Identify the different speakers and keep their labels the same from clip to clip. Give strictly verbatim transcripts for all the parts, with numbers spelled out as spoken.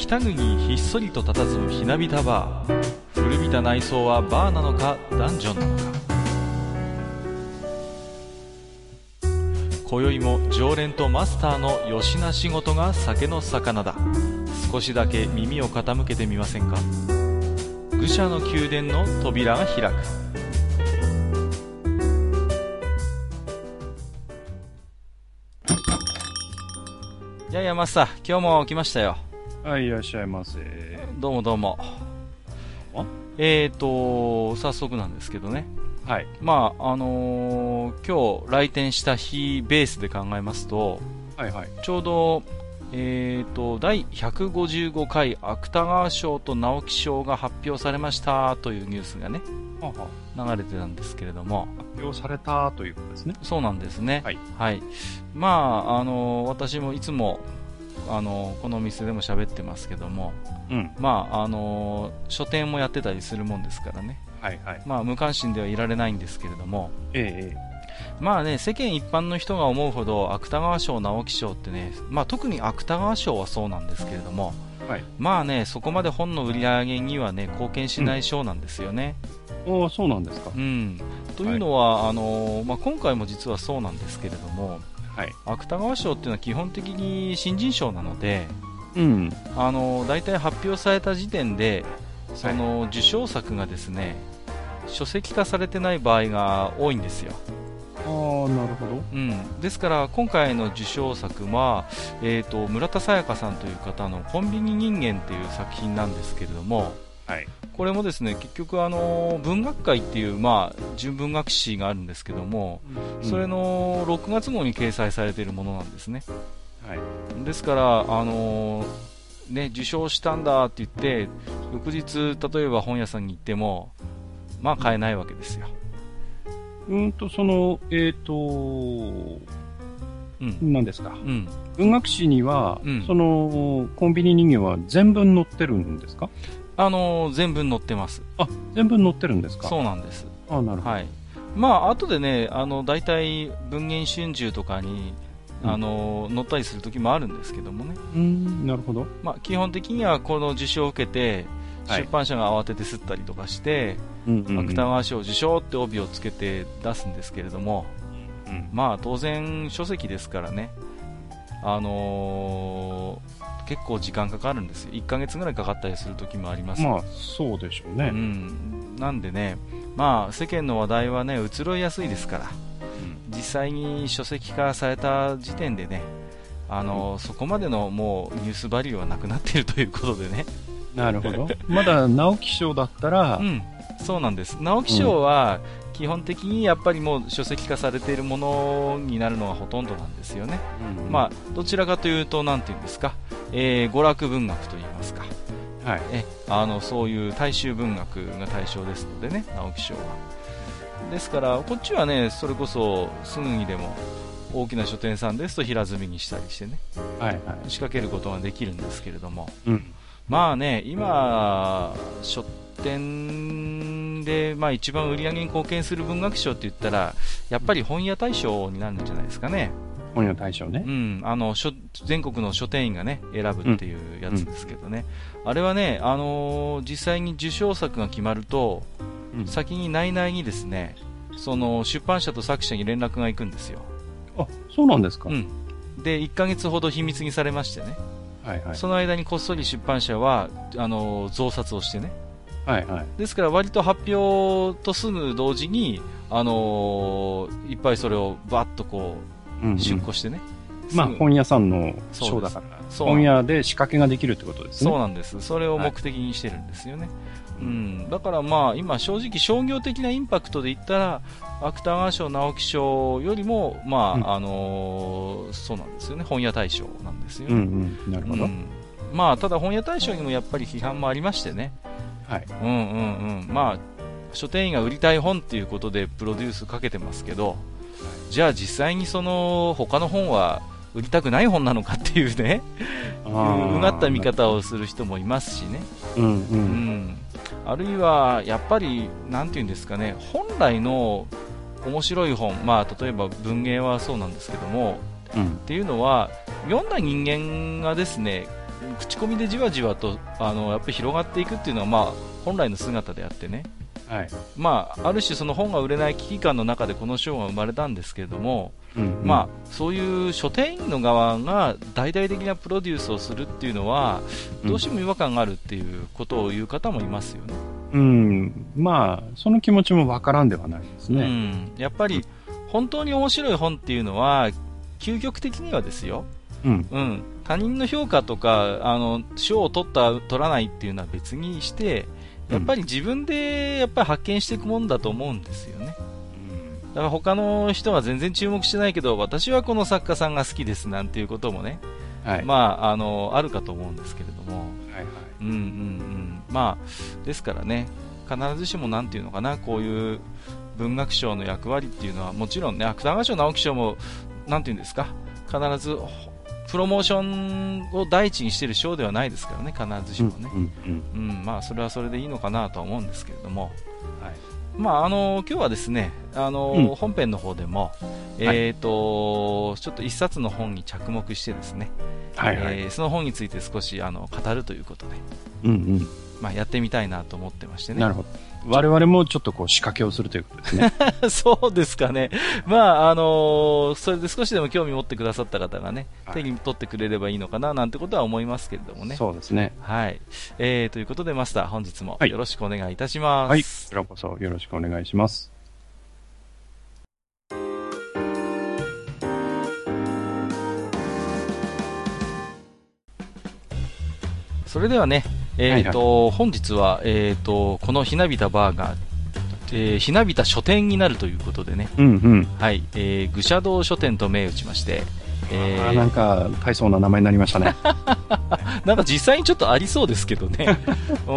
Speaker 1: 北国にひっそりと佇むひなびたバー。古びた内装はバーなのかダンジョンなのか。今宵も常連とマスターのよしな仕事が酒の魚だ。少しだけ耳を傾けてみませんか。愚者の宮殿の扉が開く。いやいやマスター、今日も来ましたよ。
Speaker 2: はい、いらっしゃいませ。
Speaker 1: どうもどうも。えーと早速なんですけどね、はい、まああのー、今日来店した日ベースで考えますと、はいはい、ちょうど、えーとだいひゃくごじゅうごかい芥川賞と直木賞が発表されましたというニュースがね、はは流れてたんですけれども、
Speaker 2: 発表されたということですね。
Speaker 1: そうなんですね、はいはい、まあ、あのー、私もいつもあのこのお店でも喋ってますけども、うん、まああの書店もやってたりするもんですからね、はいはい、まあ無関心ではいられないんですけれども、ええ、まあね、世間一般の人が思うほど芥川賞直木賞ってね、まあ特に芥川賞はそうなんですけれども、はい、まあね、そこまで本の売り上げにはね貢献しない賞なんですよね。
Speaker 2: うん、ああ、そうなんですか。
Speaker 1: うん、というのは、はい、あのまあ、今回も実はそうなんですけれども、はい、芥川賞っていうのは基本的に新人賞なので、うん、あのだいたい発表された時点でその受賞作がですね、はい、書籍化されてない場合が多いんですよ。
Speaker 2: あー、なるほど、
Speaker 1: うん、ですから今回の受賞作は、えーと、村田沙耶香さんという方のコンビニ人間っていう作品なんですけれども、はい、これもですね結局あの文学界っていう、まあ、純文学誌があるんですけども、うん、それのろくがつ号に掲載されているものなんですね、はい、ですからあの、ね、受賞したんだって言って翌日例えば本屋さんに行ってもまあ買えないわけですよ。
Speaker 2: うんとそのえっ、ー、とうん、何ですか、うん、文学誌には、うん、そのコンビニ人間は全文載ってるんですか？
Speaker 1: あのー、全文載ってます。
Speaker 2: あ、全文載ってるんですか？
Speaker 1: そうなんです。
Speaker 2: あ、なるほど。はい。
Speaker 1: まあ後でね、あのだいたい文藝春秋とかに、うん、あの載ったりする時もあるんですけどもね。
Speaker 2: うん、なるほど。
Speaker 1: まあ基本的にはこの受賞を受けて、はい、出版社が慌てて吸ったりとかして、うんうんうん、芥川賞受賞って帯をつけて出すんですけれども、うん、まあ当然書籍ですからね。あのー、結構時間かかるんですよ。いっかげつぐらいかかったりする時もあります。
Speaker 2: まあそうでしょうね、
Speaker 1: うん、なんでね、まあ世間の話題はね移ろいやすいですから、うん、実際に書籍化された時点でね、あのーうん、そこまでのもうニュースバリューはなくなっているということでね。
Speaker 2: なるほど。まだ直木賞だったら、
Speaker 1: うん、そうなんです。直木賞は基本的にやっぱりもう書籍化されているものになるのがほとんどなんですよね、うん、まあどちらかというとなんていうんですか、えー、娯楽文学といいますか、はい、えあのそういう大衆文学が対象ですのでね、直木賞は。ですからこっちはねそれこそすぐにでも大きな書店さんですと平積みにしたりしてね、はいはい、仕掛けることができるんですけれども、うん、まあね今書店で、まあ、一番売り上げに貢献する文学賞って言ったらやっぱり本屋大賞になるんじゃないですかね。
Speaker 2: 本屋大賞ね、
Speaker 1: うん、あの全国の書店員がね選ぶっていうやつですけどね、うん、あれはね、あのー、実際に受賞作が決まると、うん、先に内々にですねその出版社と作者に連絡が行くんですよ。
Speaker 2: あ、そうなんですか、
Speaker 1: うん、でいっかげつほど秘密にされましてね、はいはい、その間にこっそり出版社はあのー、増刷をしてね、はいはい、ですから割と発表とすぐ同時に、あのー、いっぱいそれをバッとこう、うんうん、出庫してね、
Speaker 2: まあ本屋さんの賞だから本屋で仕掛けができるってことですね。
Speaker 1: そうなんです。それを目的にしてるんですよね、はい、うん、だからまあ今正直商業的なインパクトで言ったら芥川賞直木賞よりもまあ、うん、あのー、そうなんですよね、本屋大賞なんですよね、うんうん、なるほど、うん、まあただ本屋大賞にもやっぱり批判もありましてね、はい、うんうんうん、まあ書店員が売りたい本っていうことでプロデュースかけてますけど、はい、じゃあ実際にその他の本は売りたくない本なのかっていうねうがった見方をする人もいますしね、うんうんうん、あるいはやっぱりなんていうんですかね、本来の面白い本、まあ例えば文芸はそうなんですけども、うん、っていうのは読んだ人間がですね口コミでじわじわとあのやっぱり広がっていくっていうのは、まあ、本来の姿であってね、はい、まあ、ある種その本が売れない危機感の中でこの賞が生まれたんですけれども、うんうん、まあ、そういう書店員の側が大々的なプロデュースをするっていうのはどうしても違和感があるっていうことを言う方もいますよね。
Speaker 2: うん、まあその気持ちもわからんではないですね。
Speaker 1: うん、やっぱり本当に面白い本っていうのは究極的にはですよ、うんうん、他人の評価とかあの賞を取った取らないっていうのは別にしてやっぱり自分でやっぱり発見していくもんだと思うんですよね。だから他の人は全然注目してないけど私はこの作家さんが好きですなんていうこともね、はい、まあ、あのあるかと思うんですけれども、はいはい、うんうんうん、まあですからね必ずしもなんていうのかなこういう文学賞の役割っていうのはもちろんね芥川賞直木賞もなんていうんですか必ずプロモーションを第一にしている賞ではないですからね必ずしもね、うんうんうん、まあそれはそれでいいのかなとは思うんですけれども、はい、まああの今日はですねあの、うん、本編の方でも、えーと、はい、ちょっと一冊の本に着目してですね、はいはい、えー、その本について少しあの語るということで、うんうんまあ、やってみたいなと思ってましてね。
Speaker 2: なるほど。我々もちょっとこう仕掛けをするということですね。
Speaker 1: そうですかね。まああのー、それで少しでも興味持ってくださった方がね、はい、手に取ってくれればいいのかななんてことは思いますけれどもね。
Speaker 2: そうですね。
Speaker 1: はい。えー、ということでマスター本日もよろしくお願いいたします。はい。はい、こ
Speaker 2: ちらこそよろしくお願いします。
Speaker 1: それではね。えーとはいはい、本日は、えーと、このひなびたバーが、えー、ひなびた書店になるということでね、うんうんはいえー、愚者道書店と銘打ちまして、
Speaker 2: えー、あなんか大層な名前になりましたね。
Speaker 1: なんか実際にちょっとありそうですけどね、うん、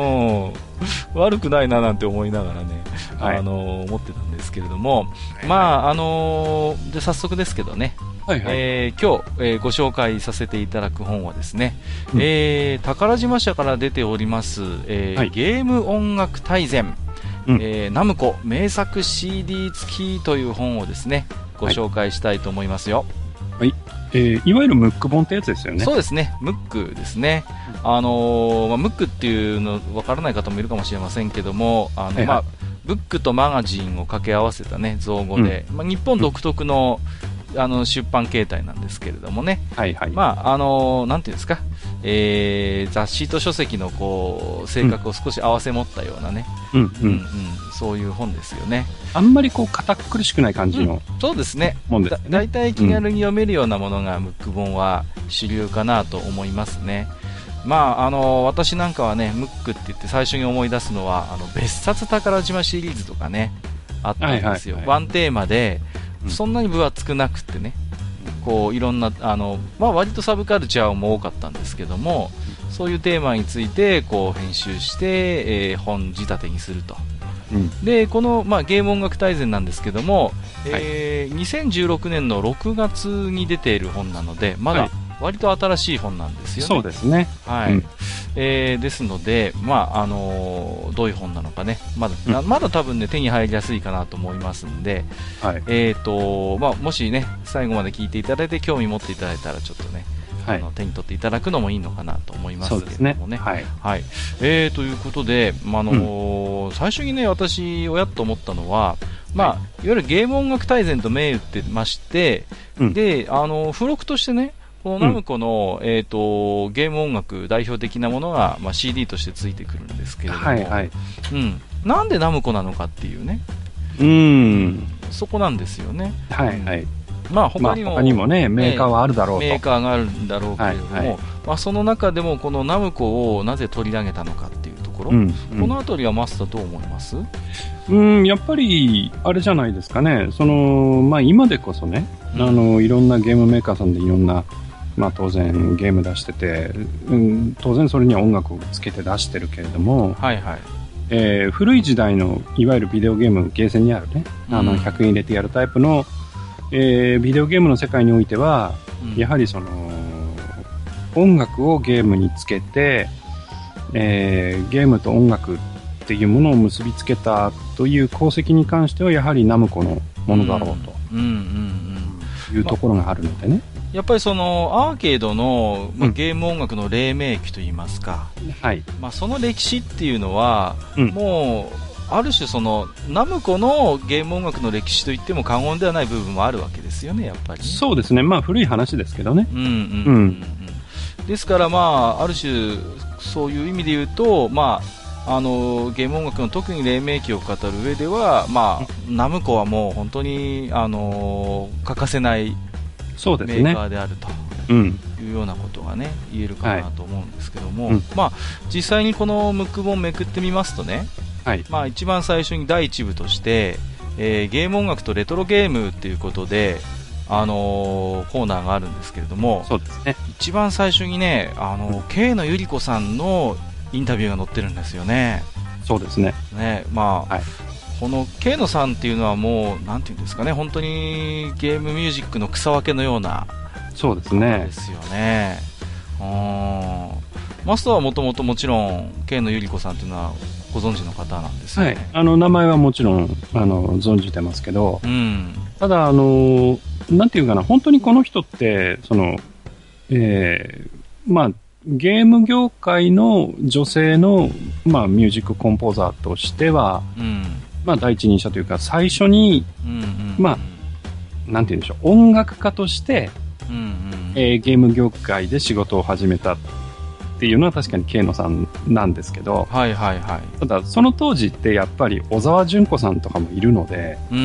Speaker 1: 悪くないななんて思いながらね、はい、あのー、思ってたんですけれども、はい、まああのー、で早速ですけどね、はいはいえー、今日、えー、ご紹介させていただく本はですね、うんえー、宝島社から出ております、えーはい、ゲーム音楽大全、うんえー、ナムコ名作 シーディー 付きという本をですねご紹介したいと思いますよ。
Speaker 2: はい、えー、いわゆるムック本ってやつですよね。
Speaker 1: そうですね、ムックですね。あのーまあ、ムックっていうの分からない方もいるかもしれませんけども、あの、はいはいまあ、ブックとマガジンを掛け合わせたね造語で、うんまあ、日本独特の、うん、あの出版形態なんですけれどもね、はいはいまああのー、なんていうんですか、えー、雑誌と書籍のこう性格を少し合わせ持ったようなね、うんうんうんうん、そういう本ですよね。
Speaker 2: あんまりこう堅苦しくない感じの、
Speaker 1: うん、そうですね。もんですね。だいたい気軽に読めるようなものがムック本は主流かなと思いますね。まああの私なんかはねムックって言って最初に思い出すのはあの別冊宝島シリーズとかねあったんですよ、はいはいはい、ワンテーマでそんなに分厚くなくてね、こういろんなあの、まあ、割とサブカルチャーも多かったんですけどもそういうテーマについてこう編集して、えー、本仕立てにすると、うん、でこの、まあ、ゲーム音楽大全なんですけども、はいえー、にせんじゅうろくねんのろくがつに出ている本なのでまだ割と新しい本なんですよね。
Speaker 2: そうですね、
Speaker 1: はいうんえー、ですので、まああのー、どういう本なのかねまだ、うん、まだ多分、ね、手に入りやすいかなと思いますんで、はいえーとまあ、もし、ね、最後まで聞いていただいて興味持っていただいたらちょっとねはい、あの手に取っていただくのもいいのかなと思いますけれどもね。そうですね。はいはいえー、ということで、まあのーうん、最初にね私おやっと思ったのは、まあ、はい、いわゆるゲーム音楽大全と銘打ってまして、うん、であの付録としてねこのナムコの、うんえー、とゲーム音楽代表的なものが、まあ、シーディー としてついてくるんですけれども、はいはいうん、なんでナムコなのかっていうねうんそこなんですよね。はいはいまあ、他にも、
Speaker 2: まあ、他にもねメーカーはあるだろうと、
Speaker 1: メーカーがあるんだろうけれども、はいはいまあ、その中でもこのナムコをなぜ取り上げたのかっていうところ、うんうん、このあたりはマスターどう思います？
Speaker 2: うんやっぱりあれじゃないですかねその、まあ、今でこそね、うん、あのいろんなゲームメーカーさんでいろんなまあ、当然ゲーム出してて、うん、当然それには音楽をつけて出してるけれども、はいはいえー、古い時代のいわゆるビデオゲームゲーセンにあるね、うん、あのひゃくえん入れてやるタイプの、えー、ビデオゲームの世界においては、うん、やはりその音楽をゲームにつけて、えー、ゲームと音楽っていうものを結びつけたという功績に関してはやはりナムコのものだろうというところがあるのでね、
Speaker 1: やっぱりそのアーケードの、まあ、ゲーム音楽の黎明期といいますか、
Speaker 2: はい。
Speaker 1: まあ、その歴史っていうのは、
Speaker 2: うん、
Speaker 1: もうある種そのナムコのゲーム音楽の歴史といっても過言ではない部分もあるわけですよね、やっぱり、ね、
Speaker 2: そうですね。まあ古い話ですけどね。
Speaker 1: うんうんうんうん、ですからまあある種そういう意味で言うと、まああのゲーム音楽の特に黎明期を語る上では、まあ、ナムコはもう本当にあの欠かせないメーカーであると。いうようなことがね言えるかなと思うんですけども、はい、うん、まあ、実際にこのムック本めくってみますとね、はい、まあ、一番最初にだいいち部として、えー、ゲーム音楽とレトロゲームということで、あのー、コーナーがあるんですけれども、
Speaker 2: そうですね、
Speaker 1: 一番最初にね、あのー、慶野百合子さんのインタビューが載ってるんですよね。
Speaker 2: そうですね、
Speaker 1: ね、まあ、はい、この慶野さんっていうのはもうなんていうんですかね、本当にゲームミュージックの草分けのような、
Speaker 2: そうですね。
Speaker 1: ですよね。うん。マスターはもともともちろん慶野百合子さんというのはご存知の方なんですよね。はい。
Speaker 2: あの名前はもちろんあの存じてますけど、
Speaker 1: うん、
Speaker 2: ただあのなんていうかな、本当にこの人ってその、えー、まあゲーム業界の女性のまあミュージックコンポーザーとしては、うん、まあ第一人者というか最初に、うんうんうん、まあなんていうんでしょう、音楽家としてうんうん、えー、ゲーム業界で仕事を始めたっていうのは確かに慶野さんなんですけど、
Speaker 1: はいはいはい、
Speaker 2: ただその当時ってやっぱり小沢純子さんとかもいるので、
Speaker 1: うんうん、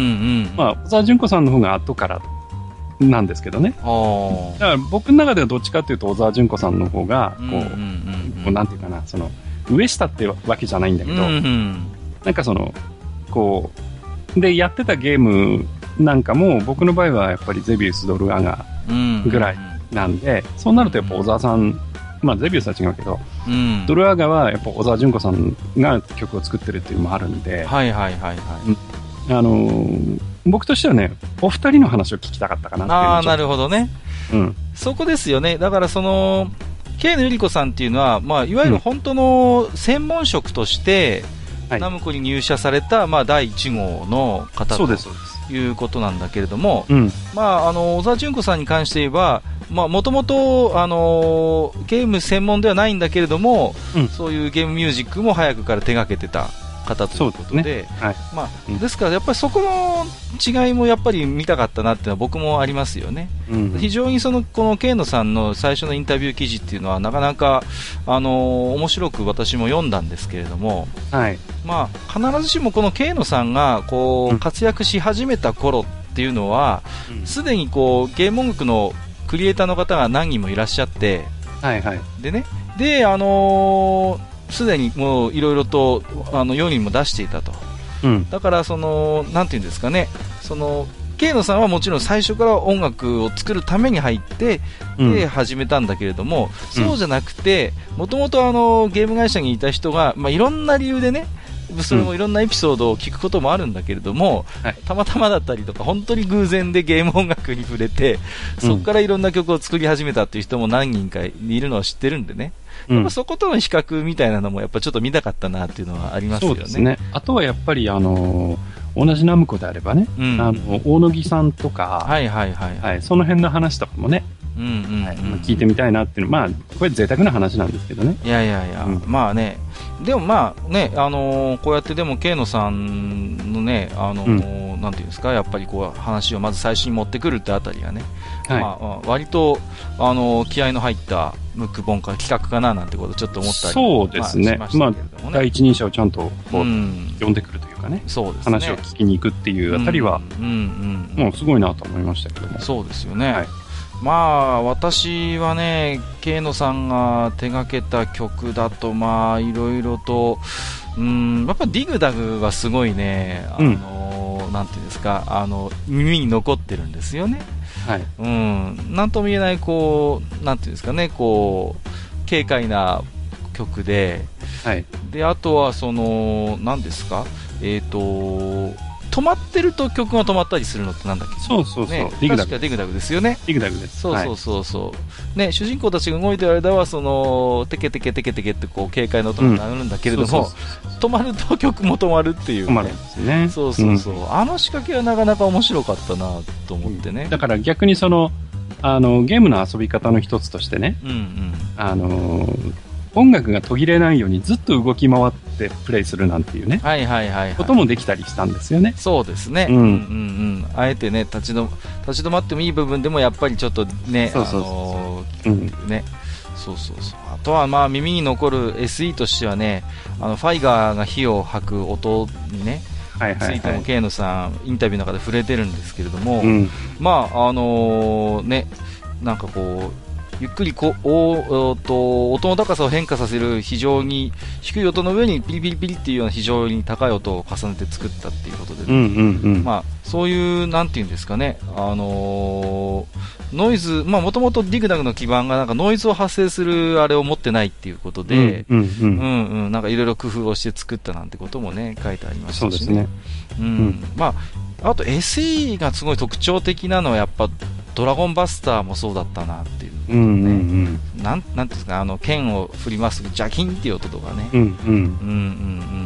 Speaker 2: まあ、小沢純子さんの方が後からなんですけどね。だから僕の中ではどっちかというと小沢純子さんの方がこう、うんうんうんうん、こうなんていうかな、その上下ってわけじゃないんだけど、うんうん、なんかそのこうでやってたゲームなんかも僕の場合はやっぱりゼビウスドルアガぐらいなんで、うんうん、そうなるとやっぱ小沢さん、まあゼビウスは違うけど、うん、ドルアガはやっぱ小沢純子さんが曲を作ってるっていうのもあるんで、
Speaker 1: はいはいはいはい、
Speaker 2: あのー、僕としてはね、お二人の話を聞きたかったかなっていう。
Speaker 1: ああ、なるほどね、
Speaker 2: うん、
Speaker 1: そこですよね。だからその慶野百合子さんっていうのは、まあ、いわゆる本当の専門職として、うん、ナムコに入社された、まあ、だいいち号の方ということなんだけれども、うん、まあ、あの小沢純子さんに関して言えば、もともとゲーム専門ではないんだけれども、うん、そういうゲームミュージックも早くから手がけてた方ということで、です、はい、まあうん、ですからやっぱりそこの違いもやっぱり見たかったなっていうのは僕もありますよね、うん、非常にそのこの慶野さんの最初のインタビュー記事っていうのはなかなか、あのー、面白く私も読んだんですけれども、はい、まあ、必ずしもこの慶野さんがこう活躍し始めた頃っていうのはすで、うん、にこうゲーム音楽のクリエイターの方が何人もいらっしゃって、はいはい、でね、で、あのーすでにもういろいろとあの世にも出していたと、うん、だからそのなんていうんですかね、その慶野さんはもちろん最初から音楽を作るために入って、うん、で始めたんだけれども、うん、そうじゃなくてもともとゲーム会社にいた人が、まあ、いろんな理由でね、それもいろんなエピソードを聞くこともあるんだけれども、うん、たまたまだったりとか本当に偶然でゲーム音楽に触れて、そこからいろんな曲を作り始めたっていう人も何人かいるのを知ってるんでね、やっぱそことの比較みたいなのもやっぱちょっと見たかったなっていうのはありますよね。
Speaker 2: そうですね。あとはやっぱりあのー、同じナムコであればね、うん、あの大野木さんとか、はいはいはい、はい、その辺の話とかもね、うんうんうん、はい、聞いてみたいなっていうのは、まあこれ贅沢な話なんですけどね。
Speaker 1: いやいやいや、うん、まあね、でもまあね、あのー、こうやってでも慶野さんのね、あのーうん、なんていうんですか、やっぱりこう話をまず最初に持ってくるってあたりがね、はい、まあ、割とあのー、気合の入ったムック本か企画かななんてことをちょっと思ったり、
Speaker 2: そうですね、まあ、まあ、第一人者をちゃんとこう、うん、呼んでくるというかね、そうですね、話を聞きに行くっていうあたりは、うんうんうん、もうすごいなと思いましたけども。
Speaker 1: そうですよね、はい、まあ私はね、慶野さんが手掛けた曲だとまあいろいろと、うん、やっぱディグダグはすごいね、あの、うん、なんていうんですか、あの耳に残ってるんですよね。はい、うん、なんとも言えないこう、なんていうんですかね、こう軽快な曲で、はい、であとはそのなんですか、えっと。止まってると曲が止まったりするのってなんだっけ。
Speaker 2: そうそうそう、ね、
Speaker 1: ディグダグ、確かディグダグですよね。
Speaker 2: ディグダグです。
Speaker 1: そうそうそうそう、はい、ね、主人公たちが動いてる間はそのテケテケテケテケってこう軽快な音が鳴るんだけれども、うん、そうそうそう、止まると曲も止まるっていう、ね、
Speaker 2: 止まるんですね。
Speaker 1: そうそうそう、うん、あの仕掛けはなかなか面白かったなと思ってね、
Speaker 2: うん、だから逆にそのあの、ゲームの遊び方の一つとしてね、
Speaker 1: うんうん。
Speaker 2: あの、音楽が途切れないようにずっと動き回ってプレイするなんていうね、
Speaker 1: はいはいはい、はい。
Speaker 2: こともできたりしたんですよね。
Speaker 1: そうですね。
Speaker 2: うん。
Speaker 1: うんうんうん。あえてね、立ちど、立ち止まってもいい部分でもやっぱりちょっとね、
Speaker 2: そうそうそう
Speaker 1: あの
Speaker 2: ー、う
Speaker 1: ー、ね。そうそうそう。あとはまあ耳に残る エスイー としてはね、あの、ファイガーが火を吐く音にね、
Speaker 2: はいはいはい。
Speaker 1: ついても、ケイノさん、インタビューの中で触れてるんですけれども、
Speaker 2: うん。
Speaker 1: まあ、あのーね、なんかこう、ゆっくりこおおと音の高さを変化させる非常に低い音の上にピリピリピリっていうような非常に高い音を重ねて作ったっていうことで、ね、
Speaker 2: うんうんうん。
Speaker 1: まあ、そういうなんていうんですかね、あのー、ノイズ、まあもともとディグダグの基盤がなんかノイズを発生するあれを持ってないっていうことで、
Speaker 2: うんうんうん、
Speaker 1: うんうん、なんかいろいろ工夫をして作ったなんてこともね書いてありましたしね。
Speaker 2: そうですね。
Speaker 1: うん、
Speaker 2: うん、
Speaker 1: まああと エスイー がすごい特徴的なのはやっぱドラゴンバスターもそうだったなっていう、ね。
Speaker 2: うんうんうん。
Speaker 1: なん、なんていうんですか、あの、剣を振りますジャキンっていう音とかね。
Speaker 2: うんうん。
Speaker 1: うんうんうん。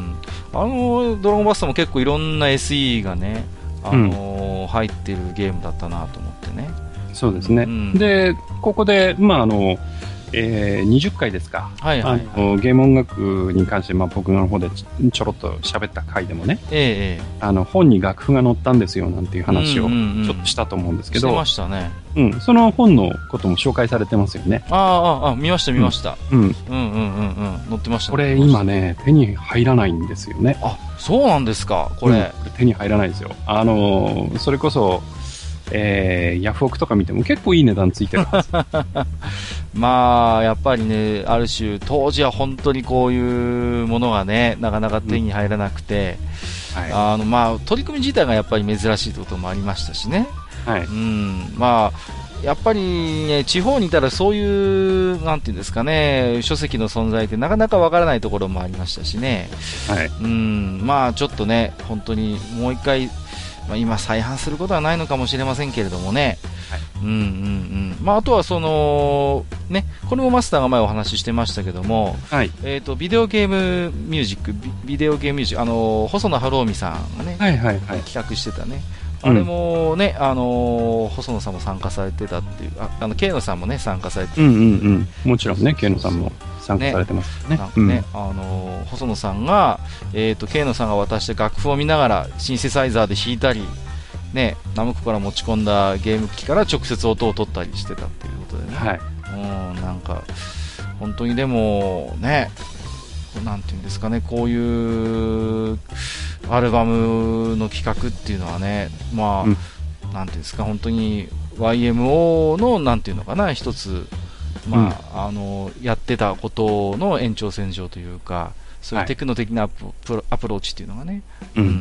Speaker 1: あの、ドラゴンバスターも結構いろんな エスイー がね、あのーうん、入ってるゲームだったなと思ってね。
Speaker 2: そうですね。うん、で、ここで、まあ、あの、えー、にじゅっかいですか、
Speaker 1: はいはいはい、
Speaker 2: あのゲーム音楽に関して、まあ、僕の方でちょろっと喋った回でもね、
Speaker 1: ええ、
Speaker 2: あの本に楽譜が載ったんですよなんていう話をちょっとしたと思うんですけど、
Speaker 1: してましたね。
Speaker 2: うん、その本のことも紹介されてますよね。
Speaker 1: ああ、ああ、見ました見ました。
Speaker 2: うん、うん、
Speaker 1: うんうんうんうん載ってました。
Speaker 2: これ今ね手に入らないんですよね。
Speaker 1: あ、そうなんですか。これ、うん、こ
Speaker 2: れ手に入らないですよ。あのそれこそ。えー、ヤフオクとか見ても結構いい値段ついてるはず
Speaker 1: まあやっぱりね、ある種当時は本当にこういうものがねなかなか手に入らなくて、うん、はい、あのまあ取り組み自体がやっぱり珍しいということもありましたしね、はい、うん、まあやっぱり、ね、地方にいたらそういうなんていうんですかね、書籍の存在ってなかなかわからないところもありましたしね、はい、うん、まあちょっとね本当にもう一回まあ、今再販することはないのかもしれませんけれどもね、はい、うんうんうんまあ、あとはその、ね、これもマスターが前お話ししてましたけども、はい、えーと、ビデオゲームミュージックビ、ビデオゲームミュージック、あの細野晴臣さんがね、はいはいはい、企画してたね、あれもね、うん、あの細野さんも参加されてたっていう、ああの慶野さんもね参加されてた、
Speaker 2: うんうんうん、もちろんね、慶野さんも参加されてますね。
Speaker 1: なんかね、うん、あの細野さんが、えーと、慶野さんが渡して楽譜を見ながらシンセサイザーで弾いたり、ね、ナムコから持ち込んだゲーム機から直接音を取ったりしてたっていうことでね、はい、うん、なんか本当にでもね、なんていうんですかね、こういうアルバムの企画っていうのはね、まあ、うん、なんていうんですか、本当に ワイエムオー のなんていうのかな、一つ、まあ、うん、あのやってたことの延長線上というか、そういうテクノ的なアプ、はい、アプローチっていうのがね、うんうんうんうん、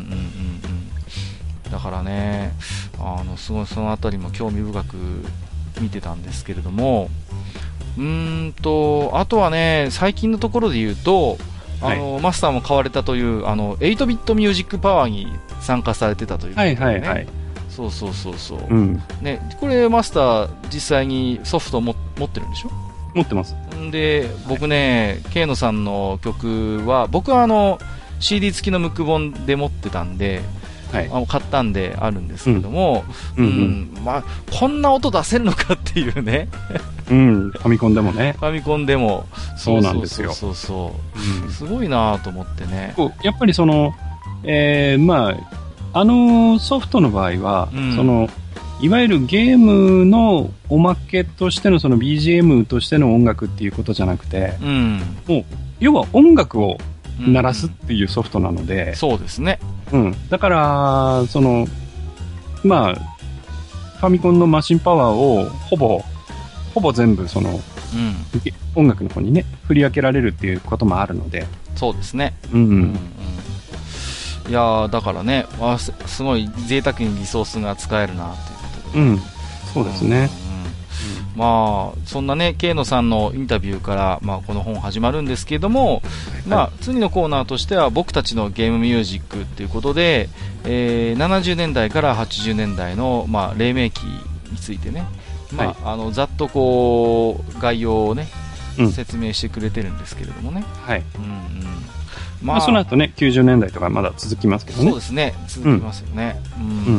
Speaker 1: だからね、あのすごいそのあたりも興味深く見てたんですけれども、うーんとあとはね、最近のところで言うと、あの、はい、マスターも買われたというあのエイトビットミュージックパワーに参加されてたということで、ね、はいはいはい、そうそうそうそう、うん、ね、これマスター実際にソフトも持ってるんでしょ？
Speaker 2: 持ってます。
Speaker 1: で僕ね、慶、はい、野さんの曲は僕はあの シーディー 付きのムック本で持ってたんで、はい、あの買ったんであるんですけども、うんうんうん、まあ、こんな音出せるのかっていうね、
Speaker 2: うん、ファミコンでもね、
Speaker 1: ファミコンでも
Speaker 2: そうなんですよ、
Speaker 1: そうそうそう、うん、すごいなと思ってね。
Speaker 2: やっぱりその、えー、まああのソフトの場合は、うん、そのいわゆるゲームのおまけとしてのその ビージーエム としての音楽っていうことじゃなくて、うん、もう要は音楽を鳴らすっていうソフトなので、
Speaker 1: うん、そうですね。
Speaker 2: うん。だから、その、まあ、ファミコンのマシンパワーをほぼ、ほぼ全部その、うん、音楽の方にね、振り分けられるっていうこともあるので。
Speaker 1: そうですね。
Speaker 2: うん、うん。うんうん、
Speaker 1: いやー、だからね、あ、す、すごい贅沢にリソースが使えるなっていうことで。
Speaker 2: うん。そうですね。うん
Speaker 1: まあ、そんなね、慶野さんのインタビューから、まあ、この本始まるんですけれども、はい、まあ、次のコーナーとしては僕たちのゲームミュージックということで、えー、ななじゅうねんだいからはちじゅうねんだいの、まあ、黎明期についてね、まあ、はい、あのざっとこう概要をね、うん、説明してくれてるんですけれどもね、はい、うんうん、
Speaker 2: まあ、まあ、その後ねきゅうじゅうねんだいとかまだ続きますけどね。
Speaker 1: そうですね、続きますよね、うんうん、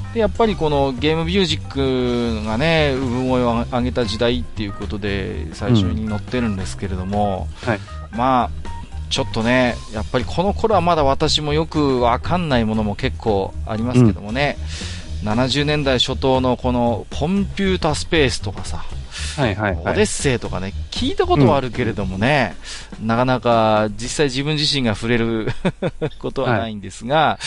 Speaker 1: でやっぱりこのゲームミュージックがね産声を上げた時代っていうことで最初に載ってるんですけれども、
Speaker 2: うんはい、
Speaker 1: まあちょっとねやっぱりこの頃はまだ私もよくわかんないものも結構ありますけどもね、うん、ななじゅうねんだい初頭のこのコンピュータスペースとかさ、
Speaker 2: はいはいはい、
Speaker 1: オデッセイとかね聞いたことはあるけれどもね、うん、なかなか実際自分自身が触れることはないんですが、はい、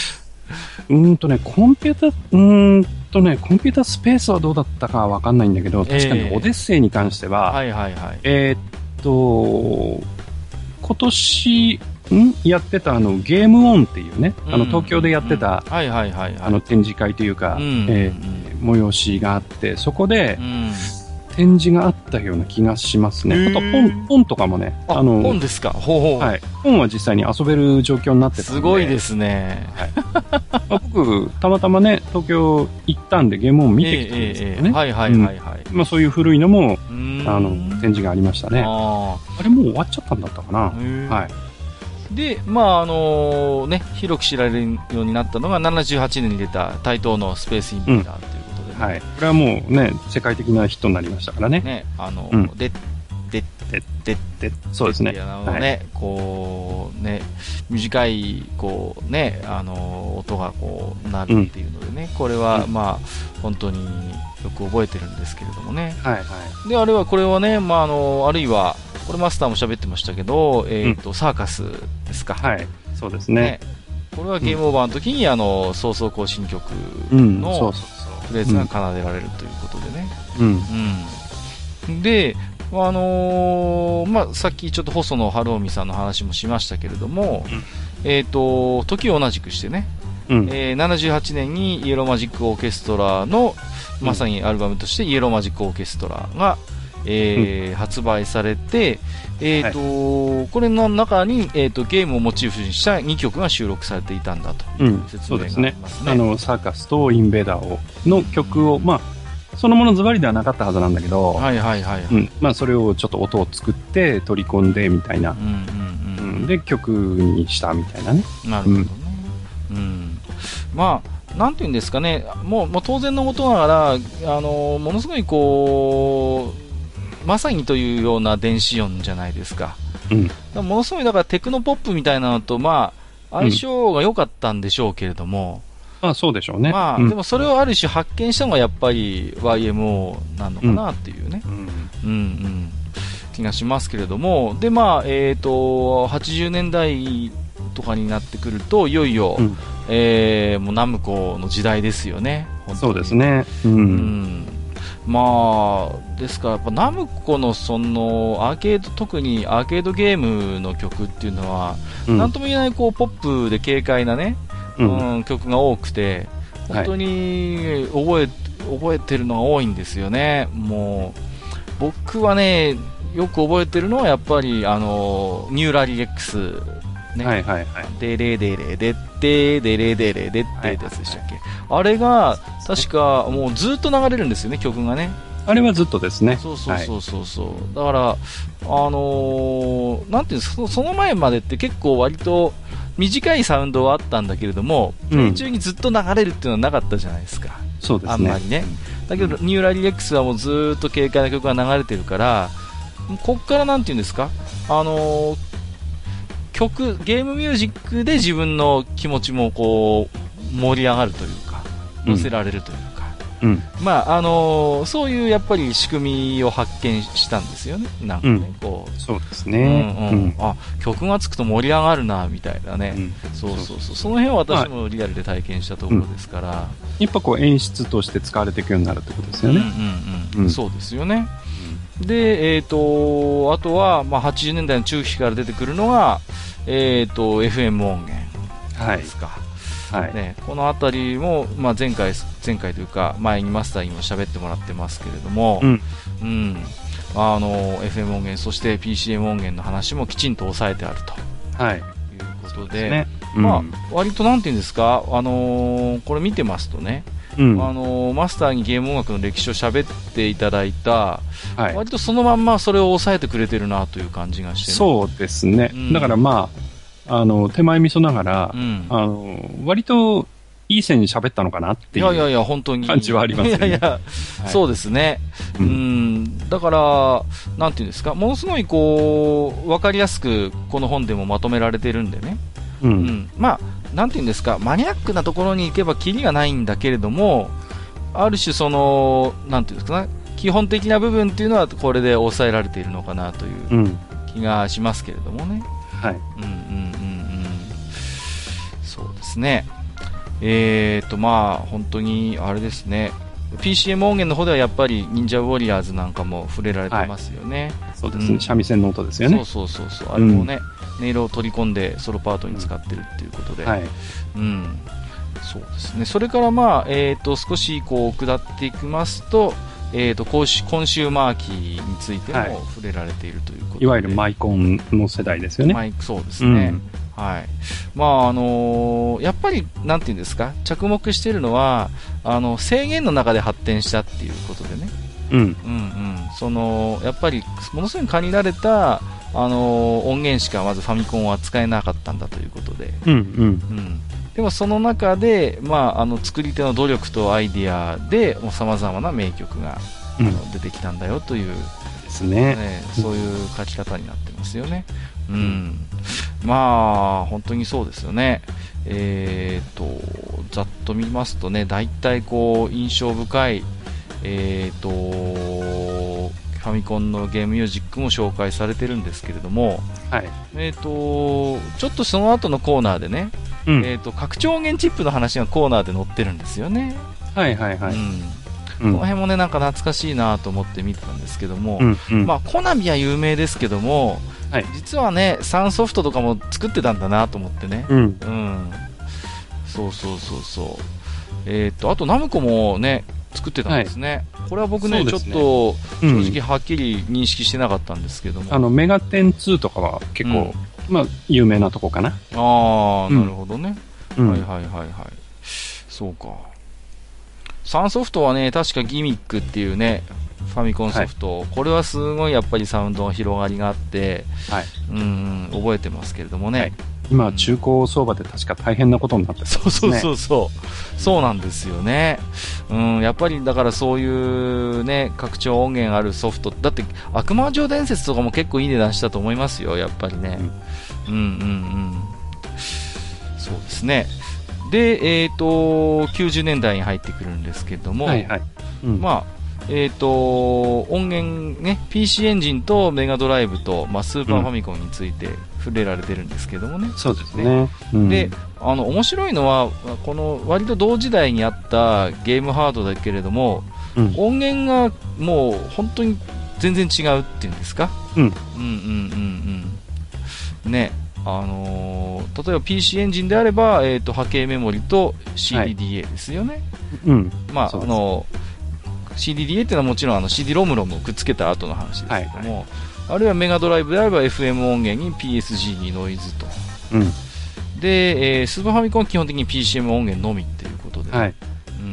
Speaker 2: うーんとね、コンピュータ、うーんとね、コンピュータスペースはどうだったかはわかんないんだけど、確かにオデッセイに関しては、
Speaker 1: はいはいはい。
Speaker 2: えー、っと、今年、んやってたあの、ゲームオンっていうね、あの、東京でやってた、
Speaker 1: はいはいはい。
Speaker 2: あの、展示会というか、
Speaker 1: うん、
Speaker 2: えー、催しがあって、そこで、
Speaker 1: うん
Speaker 2: 展示があったような気がしますね。あと本、本とかもね。
Speaker 1: あ、あの、本ですか。ほうほう。
Speaker 2: はい。本は実際に遊べる状況になってたんで。
Speaker 1: すごいですね。
Speaker 2: はい。まあ、僕、たまたまね、東京行ったんでゲームを見てきたんですけどね。えーえー、
Speaker 1: はいはいはいはい。
Speaker 2: うん、まあそういう古いのも、あの、展示がありましたね。ああれもう終わっちゃったんだったかな。はい。
Speaker 1: で、まああのー、ね、広く知られるようになったのがななじゅうはちねんに出た対等のスペースインベーダーという。
Speaker 2: はい。これはもうね、世界的なヒットになりましたからね。
Speaker 1: ね、あの、
Speaker 2: うん、
Speaker 1: で、で、で、で、で、
Speaker 2: そうですね。
Speaker 1: あのね、はい、こう、ね、短い、こう、ね、あの、音がこう、なるっていうのでね、うん、これは、まあ、本当によく覚えてるんですけれどもね。
Speaker 2: はいはい。
Speaker 1: で、あれは、これはね、まあ、あの、あるいは、これマスターも喋ってましたけど、えっと、うん、サーカスですか。
Speaker 2: はい。そうですね。ね
Speaker 1: これはゲームオーバーの時に、うん、あの、早々行進曲の、うん、そうそうフレーズが奏でられるということでね。
Speaker 2: うん。
Speaker 1: うん、で、あのー、まあ、さっきちょっと細野晴臣さんの話もしましたけれども、うん、えっと、時を同じくしてね、うんえー、ななじゅうはちねんにイエローマジックオーケストラの、まさにアルバムとしてイエローマジックオーケストラが、えーうん、発売されて、えーとはい、これの中に、えーと、ゲームをモチーフにしたにきょくが収録されていたんだという説明がありますね。うん、そうですね。
Speaker 2: あの、サーカスとインベーダーをの曲を、うん、まあ、そのものズバリではなかったはずなんだけど、
Speaker 1: はいはいはい、はい
Speaker 2: うん、まあ、それをちょっと音を作って取り込んでみたいな、
Speaker 1: うんうんうん、
Speaker 2: で、曲にしたみたいなね。
Speaker 1: なるほどね。うん、うん、まあなんていうんですかね、もう、もう当然のことながら、あのものすごいこう、まさにというような電子音じゃないですか。
Speaker 2: うん、
Speaker 1: だものすごいだからテクノポップみたいなのと、まあ、相性が良かったんでしょうけれども、
Speaker 2: うん、まあそうでしょうね。
Speaker 1: まあ、うん、でもそれをある種発見したのがやっぱり ワイエムオー なのかなっていうね、うん、うんうん、気がしますけれども、でまあ、えっと、はちじゅうねんだいとかになってくると、いよいよ、うん、えー、もうナムコの時代ですよね。
Speaker 2: そうですね。うん。
Speaker 1: うんまあ、ですから、やっぱナムコのそのアーケード、特にアーケードゲームの曲っていうのは、うん、なんとも言えないこうポップで軽快なね、うんうん、曲が多くて、本当に覚え、覚えてるのが多いんですよね。もう、僕はね、よく覚えてるのはやっぱり、あの、ニューラリレックス。ね、
Speaker 2: はいはいはい。
Speaker 1: デレデレデッテデレデレデッテってやつでしたっけ、はいはいはい、あれが確かもうずっと流れるんですよね、曲がね。
Speaker 2: あれはずっとですね。
Speaker 1: そうそうそうそうそう、はい、だからあのー、なんていうんですか、その前までって結構割と短いサウンドはあったんだけれども、プレイ中にずっと流れるっていうのはなかったじゃないですか。
Speaker 2: そうですね。
Speaker 1: あんまりね。だけど、うん、ニューラリレックスはもうずっと軽快な曲が流れてるから、こっからなんていうんですか、あのー曲、ゲームミュージックで自分の気持ちもこう盛り上がるというか乗せられるというか、
Speaker 2: うん、
Speaker 1: まああのー、そういうやっぱり仕組みを発見したんですよね。なんかね、うん、こう
Speaker 2: そうですね、
Speaker 1: うんうんうん、あ曲がつくと盛り上がるなみたいなね、うん、そうそうそう、その辺は私もリアルで体験したところですから、まあ
Speaker 2: うん、やっぱこう演出として使われていくようになるってことですよね。
Speaker 1: うんうんうんうん、そうですよね。で、えーと、あとは、まあ、はちじゅうねんだいの中期から出てくるのが、えーと、エフエム 音源ですか。
Speaker 2: はい
Speaker 1: ね、このあたりも、まあ、前回、前回というか、前にマスターにも喋ってもらってますけれども、
Speaker 2: うん。
Speaker 1: うん、あの、エフエム 音源、そして ピーシーエム 音源の話もきちんと抑えてあると。
Speaker 2: はい。
Speaker 1: いうことで、
Speaker 2: ねうん、
Speaker 1: まあ、割となんていうんですか、あのー、これ見てますとね、うん、あのマスターにゲーム音楽の歴史を喋っていただいた、はい、割とそのまんまそれを抑えてくれてるなという感じがして、ね、
Speaker 2: そうですね、うん、だからまああの手前味噌ながら、
Speaker 1: うん、
Speaker 2: あの割といい線に喋ったのかなっていう。
Speaker 1: いやいやいや、本当に。
Speaker 2: 感じはありますよね。
Speaker 1: いやいや、はい、そうですね。うん、うんだから、なんていうんですか、ものすごいこう、わかりやすく、この本でもまとめられてるんでね。うん。うん、まあ、なんていうんですか、マニアックなところに行けばキリがないんだけれども、ある種その、なんていうんですかね、基本的な部分っていうのはこれで抑えられているのかなという気がしますけれどもね。
Speaker 2: はい。
Speaker 1: うんうんうんうん。そうですね。えーとまあ本当にあれですね。ピーシーエム 音源の方ではやっぱり忍者ウォリアーズなんかも触れられてますよね。はい、
Speaker 2: そうですね、うん、三味線の音ですよね。
Speaker 1: そうそうそうそう。あれもね、うん、音色を取り込んでソロパートに使ってるっていうことで。うん、はい。うん。そうですね。それからまあえーと少しこう下っていきますと。えー、とコンシューマーキーについても触れられているということで、
Speaker 2: はい、いわゆるマイコンの世代ですよね。
Speaker 1: マイそうですね、うん、はい。まああのー、やっぱりなんていうんですか、着目しているのはあの制限の中で発展したっていうことでね、うんうんうん、そのやっぱりものすごい限られたあのー、音源しかまずファミコンは使えなかったんだということで、うんうんうんでもその中で、まあ、あの作り手の努力とアイディアでさまざまな名曲が、うん、出てきたんだよという
Speaker 2: ですね、
Speaker 1: ね、そういう書き方になってますよね、うん、まあ本当にそうですよね。えーとざっと見ますとね、大体こう印象深い、えーとファミコンのゲームミュージックも紹介されてるんですけれども、はい、えーとちょっとその後のコーナーでね、うん、えーと拡張音源チップの話がコーナーで載ってるんですよね。
Speaker 2: はいはいはい、うん
Speaker 1: この辺もねなんか懐かしいなと思って見てたんですけども、うんうん、まあコナミは有名ですけども、はい、実はねサンソフトとかも作ってたんだなと思ってね、うん、うん、そうそうそうそう、えーとあとナムコもね作ってたんですね、はい、これは僕 ね, ねちょっと正直はっきり認識してなかったんですけども、
Speaker 2: うん、あのメガテンツーとかは結構、うんまあ、有名なとこかな。
Speaker 1: ああ、なるほどね、うん、はいはいはいはい、そうか。サンソフトはね確かギミックっていうねファミコンソフト、はい、これはすごいやっぱりサウンドの広がりがあって、はい、うん覚えてますけれどもね、はい、
Speaker 2: 今中古相場で確か大変なことになってますね。
Speaker 1: そうそうそうそうそうなんですよね、うん、やっぱりだからそういうね拡張音源あるソフトだって悪魔城伝説とかも結構いい値段したと思いますよやっぱりね、うん、うんうんうんそうですね。で、えーと、きゅうじゅうねんだいに入ってくるんですけども、はいはいうん、まあ、えーと、音源ね、ピーシー エンジンとメガドライブと、まあ、スーパーファミコンについて触れられてるんですけどもね。
Speaker 2: うん、そうですね。うん、
Speaker 1: で、あの、面白いのは、この割と同時代にあったゲームハードだけれども、うん、音源がもう本当に全然違うっていうんですか。うん。うんうんうんうん。ね。あのー、例えば ピーシー エンジンであれば、えーと、波形メモリと シーディーディーエー ですよね、はいうんまあ、あの シーディーディーエー っていうのはもちろんあの シーディー ロムロムをくっつけた後の話ですけども、はいはい、あるいはメガドライブであれば エフエム 音源に ピーエスジー にノイズと、うん、で、えー、スーパーファミコンは基本的に ピーシーエム 音源のみっていうことで、はいうんうん、